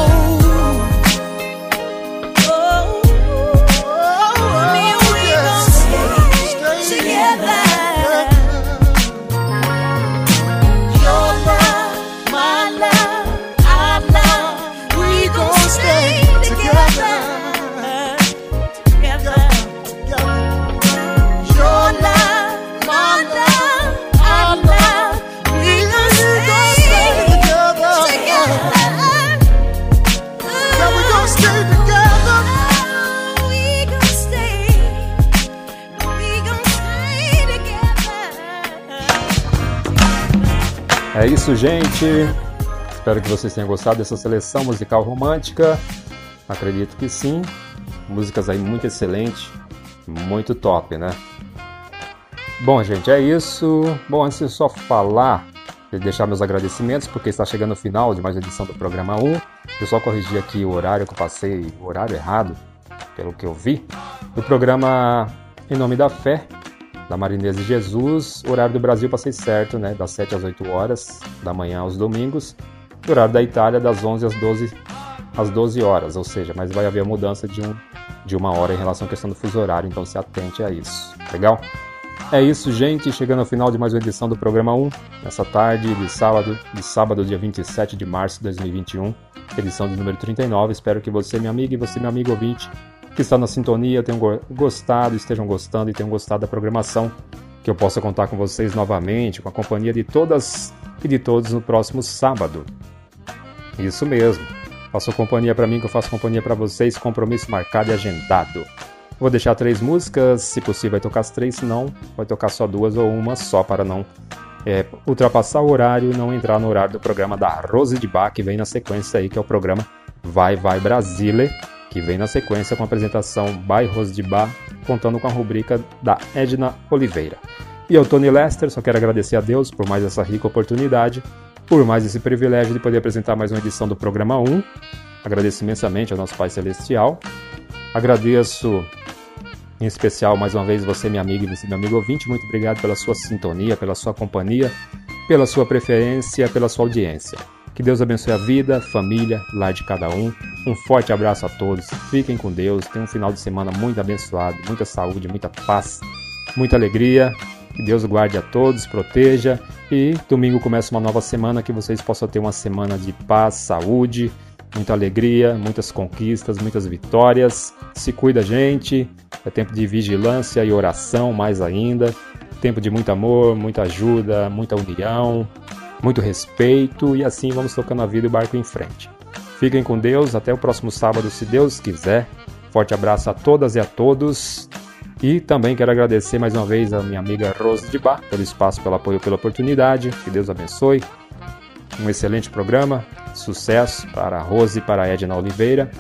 É isso, gente. Espero que vocês tenham gostado dessa seleção musical romântica. Acredito que sim. Músicas aí muito excelentes, muito top, né? Bom, gente, é isso. Bom, antes de só falar, de deixar meus agradecimentos, porque está chegando o final de mais uma edição do programa um. Eu só corrigi aqui o horário que eu passei, o horário errado, pelo que eu vi. Do programa Em Nome da Fé, da Marinesa de Jesus. O horário do Brasil passei certo, né? Das sete às oito horas da manhã aos domingos. O horário da Itália das onze às doze, às doze horas, ou seja, mas vai haver a mudança de, um, de uma hora em relação à questão do fuso horário, então se atente a isso. Legal? É isso, gente. Chegando ao final de mais uma edição do programa um, nessa tarde de sábado, de sábado, dia vinte e sete de março de dois mil e vinte e um, edição de número trinta e nove. Espero que você, minha amiga, e você, meu amigo ouvinte, que está na sintonia, tenham gostado, estejam gostando e tenham gostado da programação, que eu possa contar com vocês novamente, com a companhia de todas e de todos no próximo sábado. Isso mesmo. Façam companhia para mim, que eu faço companhia para vocês, compromisso marcado e agendado. Vou deixar três músicas, se possível vai tocar as três, se não, vai tocar só duas ou uma só, para não é, ultrapassar o horário e não entrar no horário do programa da Rose de Bar, que vem na sequência aí, que é o programa Vai Vai Brasile, que vem na sequência com a apresentação by Rose de Bar, contando com a rubrica da Edna Oliveira. E eu, Tony Lester, só quero agradecer a Deus por mais essa rica oportunidade, por mais esse privilégio de poder apresentar mais uma edição do programa um. Agradeço imensamente ao nosso Pai Celestial. Agradeço em especial mais uma vez você, minha amiga, e você, meu amigo ouvinte. Muito obrigado pela sua sintonia, pela sua companhia, pela sua preferência, pela sua audiência. Que Deus abençoe a vida, família, lar de cada um. Um forte abraço a todos. Fiquem com Deus. Tenham um final de semana muito abençoado, muita saúde, muita paz, muita alegria. Que Deus guarde a todos, proteja. E domingo começa uma nova semana, que vocês possam ter uma semana de paz, saúde, muita alegria, muitas conquistas, muitas vitórias. Se cuida, gente. É tempo de vigilância e oração, mais ainda. Tempo de muito amor, muita ajuda, muita união, muito respeito. E assim vamos tocando a vida e o barco em frente. Fiquem com Deus. Até o próximo sábado, se Deus quiser. Forte abraço a todas e a todos. E também quero agradecer mais uma vez a minha amiga Rose de Bar pelo espaço, pelo apoio, pela oportunidade. Que Deus abençoe. Um excelente programa. Sucesso para a Rose e para a Edna Oliveira.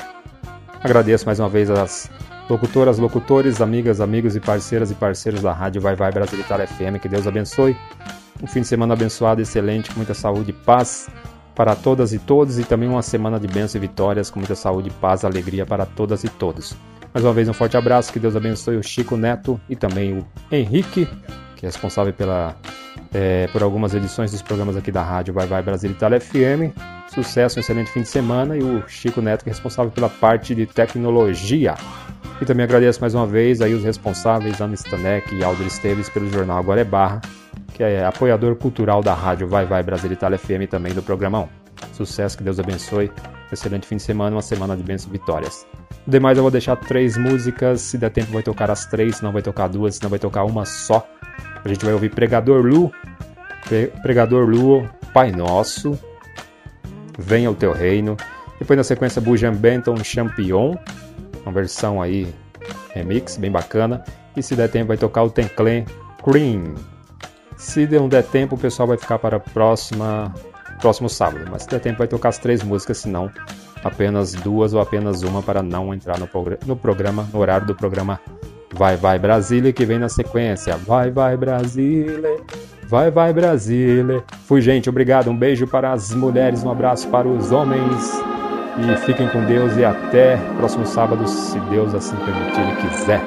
Agradeço mais uma vez as locutoras, locutores, amigas, amigos e parceiras e parceiros da Rádio Vai Vai Brasil Itália F M. Que Deus abençoe. Um fim de semana abençoado, excelente, com muita saúde e paz para todas e todos. E também uma semana de bênçãos e vitórias, com muita saúde, paz e alegria para todas e todos. Mais uma vez um forte abraço, que Deus abençoe o Chico Neto e também o Henrique, que é responsável pela, é, por algumas edições dos programas aqui da Rádio Vai Vai Brasil Itália F M. Sucesso, um excelente fim de semana. E o Chico Neto, que é responsável pela parte de tecnologia. E também agradeço mais uma vez aí os responsáveis, Ana Stanek e Aldo Esteves, pelo jornal Agora é Barra, que é apoiador cultural da Rádio Vai Vai Brasil Itália F M e também do programa um. Sucesso, que Deus abençoe. Excelente fim de semana, uma semana de bênçãos e vitórias. O demais eu vou deixar três músicas. Se der tempo vai tocar as três, se não vai tocar duas, se não vai tocar uma só. A gente vai ouvir Pregador Lu, Pregador Lu, Pai Nosso, Venha o Teu Reino. Depois na sequência Bujan Benton, Champion, uma versão aí remix, bem bacana. E se der tempo vai tocar o Tenclen, Cream. Se não der tempo o pessoal vai ficar para a próxima... próximo sábado, mas se der tempo vai tocar as três músicas, se não apenas duas ou apenas uma, para não entrar no, progr- no programa, no horário do programa Vai Vai Brasília, que vem na sequência. Vai Vai Brasília, Vai Vai Brasília. Fui, gente, obrigado, um beijo para as mulheres, um abraço para os homens e fiquem com Deus e até próximo sábado, se Deus assim permitir e quiser.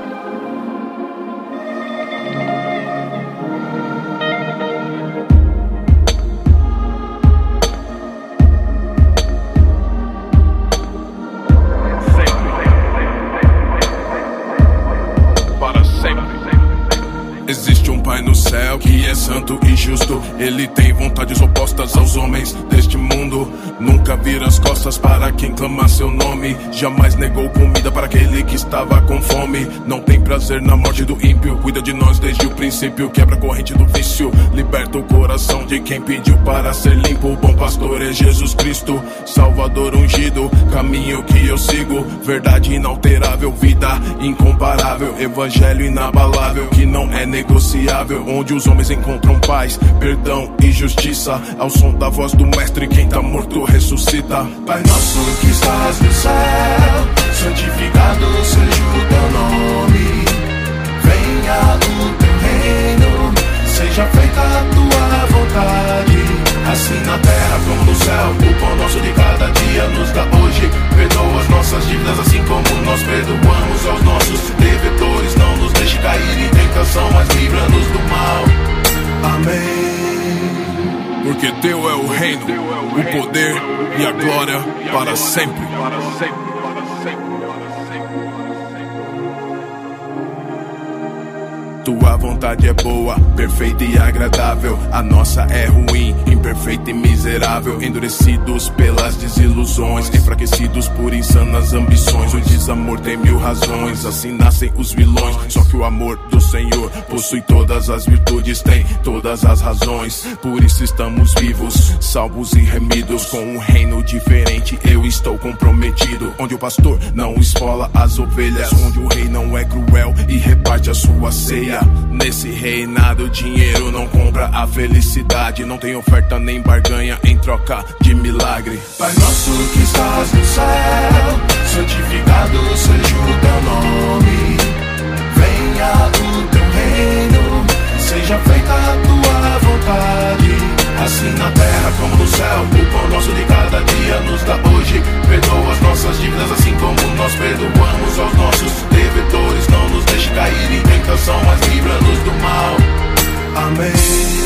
Que é santo e justo, ele tem vontades opostas aos homens deste mundo. Nunca nunca vira as costas para quem clama seu nome. Jamais negou comida para aquele que estava com fome. Não tem prazer na morte do ímpio, cuida de nós desde o princípio. Quebra a corrente do vício, liberta o coração de quem pediu para ser limpo. O bom pastor é Jesus Cristo, Salvador ungido, caminho que eu sigo, verdade inalterável, vida incomparável, evangelho inabalável que não é negociável, onde os homens encontram paz, perdão e justiça, ao som da voz do mestre quem tá morto ressuscita. Pai nosso que estás no céu, santificado seja o teu nome. Venha o teu reino, seja feita a tua vontade, assim na terra como no céu. O pão nosso de cada dia nos dá hoje. Perdoa as nossas dívidas assim como nós perdoamos aos nossos devedores. Não nos deixe cair em tentação, mas livra-nos do mal. Amém. Porque teu é o reino, o poder e a glória para sempre. Tua vontade é boa, perfeita e agradável. A nossa é ruim, imperfeita e miserável. Endurecidos pelas desilusões, enfraquecidos por insanas ambições. O desamor tem mil razões, assim nascem os vilões. Só que o amor do Senhor possui todas as virtudes, tem todas as razões. Por isso estamos vivos, salvos e remidos. Com um reino diferente eu estou comprometido, onde o pastor não esfola as ovelhas, onde o rei não é cruel e reparte a sua ceia. Nesse reinado, dinheiro não compra a felicidade. Não tem oferta nem barganha em troca de milagre. Pai nosso que estás no céu, santificado seja o teu nome. Venha o teu reino, seja feita a tua vontade, assim na terra como no céu. O pão nosso de cada dia nos dá hoje. Perdoa as nossas dívidas assim como nós perdoamos aos nossos devedores. Não nos deixe cair em tentação, mas livra-nos do mal. Amém.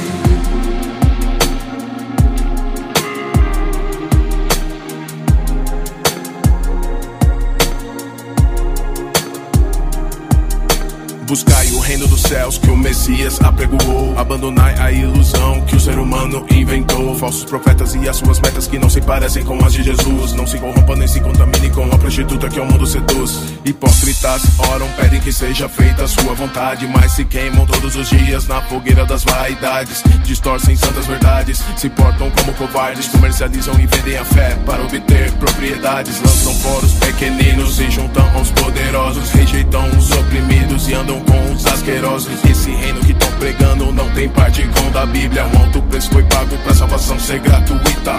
Buscai o reino dos céus que o Messias apregoou. Abandonai a ilusão que o ser humano inventou. Falsos profetas e as suas metas que não se parecem com as de Jesus. Não se corrompam nem se contaminem com a prostituta que o mundo seduz. Hipócritas oram, pedem que seja feita a sua vontade, mas se queimam todos os dias na fogueira das vaidades. Distorcem santas verdades, se portam como covardes. Comercializam e vendem a fé para obter propriedades. Lançam fora os pequeninos e juntam aos poderosos. Rejeitam os oprimidos e andam com os asquerosos. Esse reino que estão pregando não tem parte com da Bíblia. Um alto preço foi pago pra salvação ser gratuita.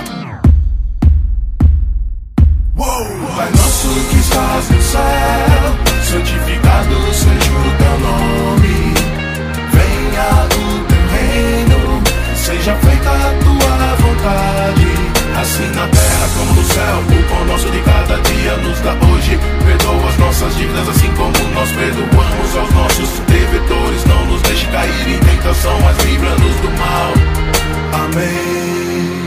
Uou! Pai nosso que estás no céu, santificado seja o teu nome. Venha o teu reino, seja feita a tua vontade, assim na terra como no céu. O pão nosso de cada dia nos dá hoje. Perdoa as nossas dívidas assim como nós perdoamos aos nossos devedores. Não nos deixe cair em tentação, mas livra-nos do mal. Amém.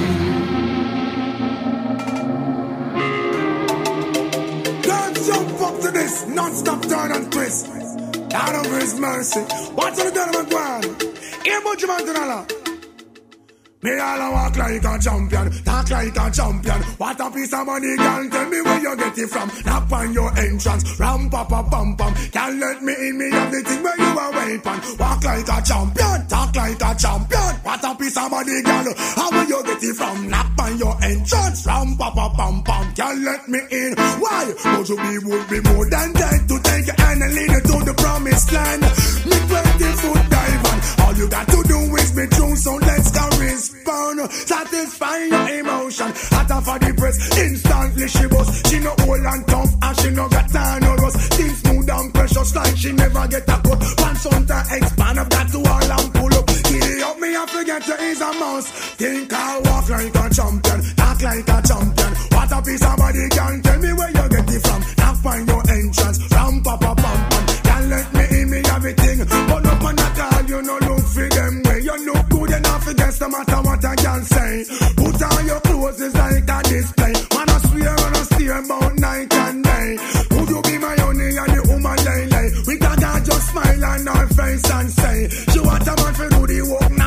Don't jump up to this non-stop turn and twist. Out of his mercy, what's on the done of a ground? Here, Butch Mountain. Me all a walk like a champion, talk like a champion. What a piece of money, girl, tell me where you get it from. Knock on your entrance, ram pa pa pam pam. Can't let me in, me have the thing where you are weapon. Walk like a champion, talk like a champion. What a piece of money, girl, how will you get it from? Knock on your entrance, ram pa pa pam pam. Can't let me in, why? Would you be, would be more than dead to take your hand and lead you to the promised land. Me twenty foot dive on, all you got to do is be true, so let's go respond. Satisfy your emotion, hotter for the press, instantly she bust. She no old and tough and she no got time no rust. Things smooth and precious like she never get a cut. Pants on to expand up that to all and pull up. Giddy up me I forget you is a mouse. Think I'll walk like a champion, talk like a champion. What a piece of body, can tell me where you get it from. Now find your entrance, ram pa pa pam pam. Can't let me in, me everything, but up on that all you no look for them way. You look good enough against no matter what I can say. Put on your clothes, it's like a display. Man, I swear on a steer about night and day. Would you be my honey and the woman lay lay? We can just smile on our face and say, she want a man for do the work, not one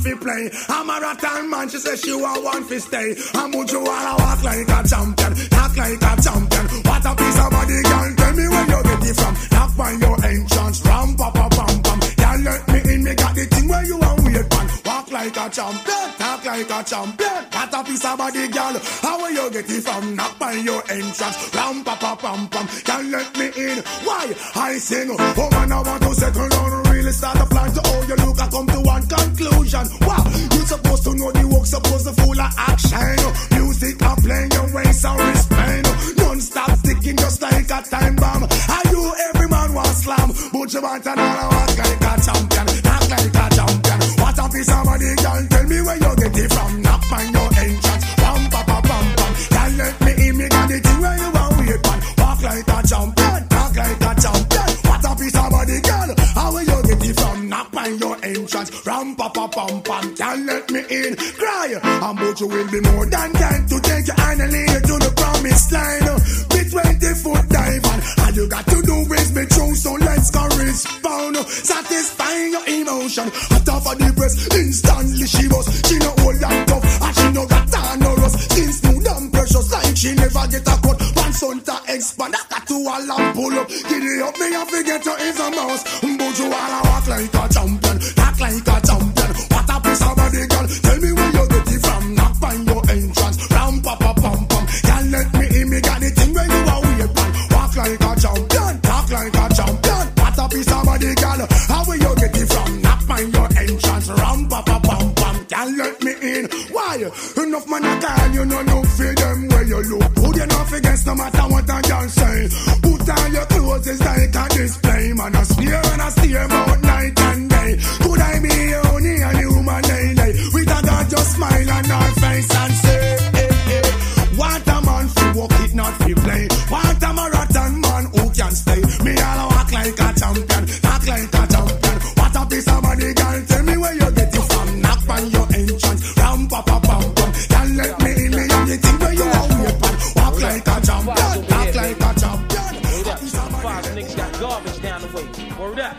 fi play. I'm a rattan man, she say she want one fi stay. I'm Buju Walla walk like a champion, talk like a champion. What a piece of body, girl, tell me where you get it from. Knock by your entrance, ram pa pa pam pam. Girl, let me in, me got the thing where you want wait pan. Walk like a champion, talk like a champion. What a piece of body, girl, how will you get it from? Knock by your entrance, ram pa pa pam pam. Girl, let me in, why I sing? Oh man, I want to settle down, really start a plan to how you look. I come to one conclusion. Wow, you supposed to know the work, supposed to full of action. Music are playing your waist and wristband. Non-stop sticking just like a time bomb. Are you every man want slam? But you want another walk like a champion, act like a champion. What a piece of body, girl, tell me where you get it from. Knock on your entrance, pam pa pa pam pam. Girl, let me in, me got the thing where you want wait on. Walk like a champion, talk like a champion. What a piece of body, girl, how will you get it from? Knock on your entrance, ram pa pa pam pam. Girl, let me in, cry. And but you will be more than kind to take your hand and lead you to the promised line. Be twenty foot dive on. All you got to do is be true, so let's go respond. Satisfying your emotion. Hot off of the press, instantly she was. She no old and tough, and she no got tan or rust. Skin smooth and precious, like she never get a cut. Pants on to expand, I got to a lamp pull up. Giddy up, me and forget you is a mouse. But you wanna walk like a champion, act like a champion. What a piece of body, girl, tell me where you get it from. Knock on your entrance, ram pa pa pam pam. Girl, let me in, me got the thing where you are wait on. Walk like a champion, talk like a champion. What a piece of body, girl, how will you get it from? Knock on your entrance, ram pa pa pam pam. Girl, let me in. Why? Enough man a call, you know look for them where you look good. You know forget no matter what a girl say. Put on your clothes, it's like a display. Man a sneer and a steer about night and day. Could I be only a human daily? With a girl just smile on her face and say, hey, hey. Want a man fi walk it, not fi play. Want a marathon man who can stay. Me all walk like a champion, talk like a champion. What a piece of body, girl, tell me where you get it from. Knock on your entrance, ram pa pa pam pam. Girl, let me in, me and the thing where you are weapon. Walk like a champion, talk like a champion. A piece of body. Five niggas got garbage down the way. Word up.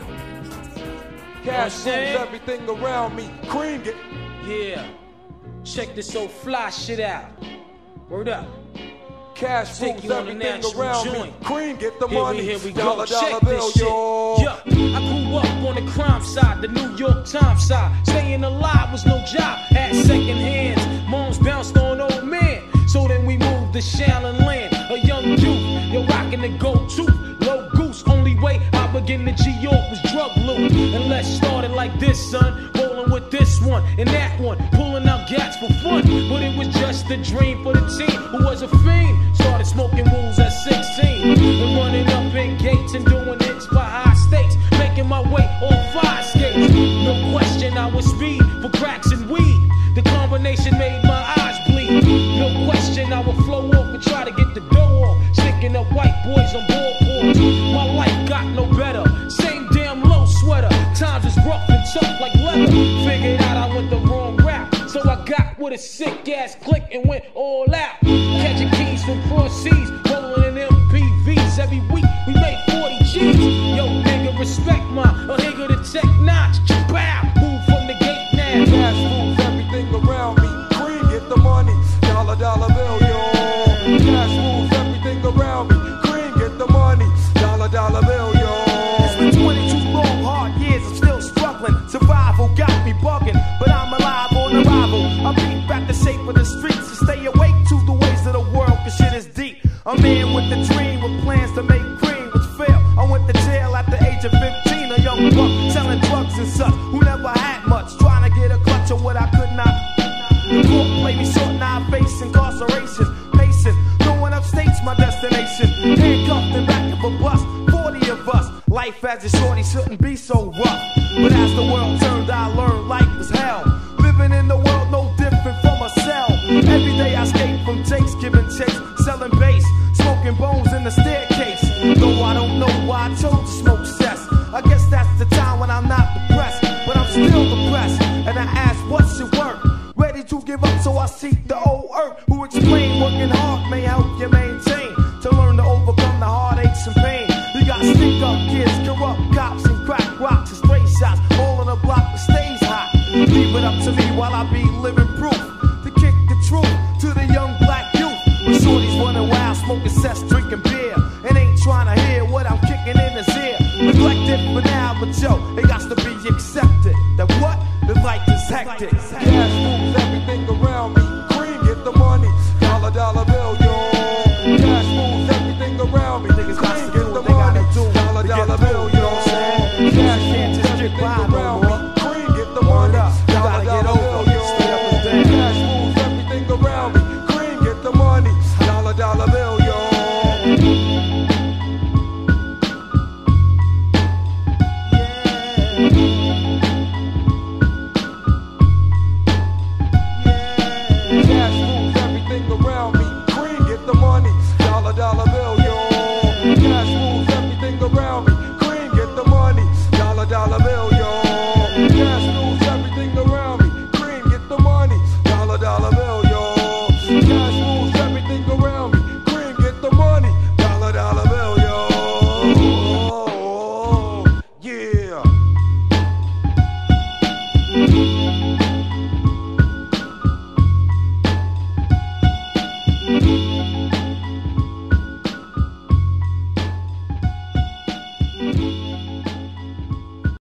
Cash moves everything around me. Cream it. Yeah. Check this old fly shit out. Word up. Cash Take moves you on a everything natural around joint. me. Cream, get the Here money. we, here we dollar, go. dollar Check bill, this shit. yo. Yeah. I grew up on the crime side, the New York Times side. Staying alive was no job. Had second hands. Moms bounced on old men. So then we moved to Shallon Land. A young youth, you're rocking the gold tooth. Low goose, only way I begin to G-York was drug loot. And let's start it like this, son. Rolling with this one and that one. Pulling out gats for fun. But it was just a dream for the team who was a fiend. Started smoking rules at sixteen. And running up in gates and doing hits by high stakes. Making my way on fire skates. No question I was speed for cracks and weed. The combination made my eyes bleed. No question I would flow off and try to get the dough off. Sticking up white boys on board boards. My life got no better. Same damn low sweater. Times is rough and tough like leather. Figured out I went the wrong route. So I got with a sick ass click and went all out. Catching keys from cross seas. Rolling in M P Vs. Every week we made forty G's. Yo, nigga, respect my a nigga the tech notch. Bow. Move from the gate now. Cash moves everything around me. Cream, get the money. Dollar, dollar bill, yo. Cash moves everything around me. Cream, get the money. Dollar, dollar bill, yo. It's been twenty-two long, hard years. I'm still struggling. Survival got me bugging, but I'm alive on arrival. I beat back the shape of the streets to stay awake to the ways of the world, cause shit is deep. A man with a dream, with plans to make cream, which failed. I went to jail at the age of fifteen, a young buck selling drugs and such, who never had much, trying to get a clutch of what I could not. The court played me short, now I face incarceration. Pacing, going upstate's my destination. Handcuffed in back of a bus, forty of us. Life as a shorty shouldn't be so rough.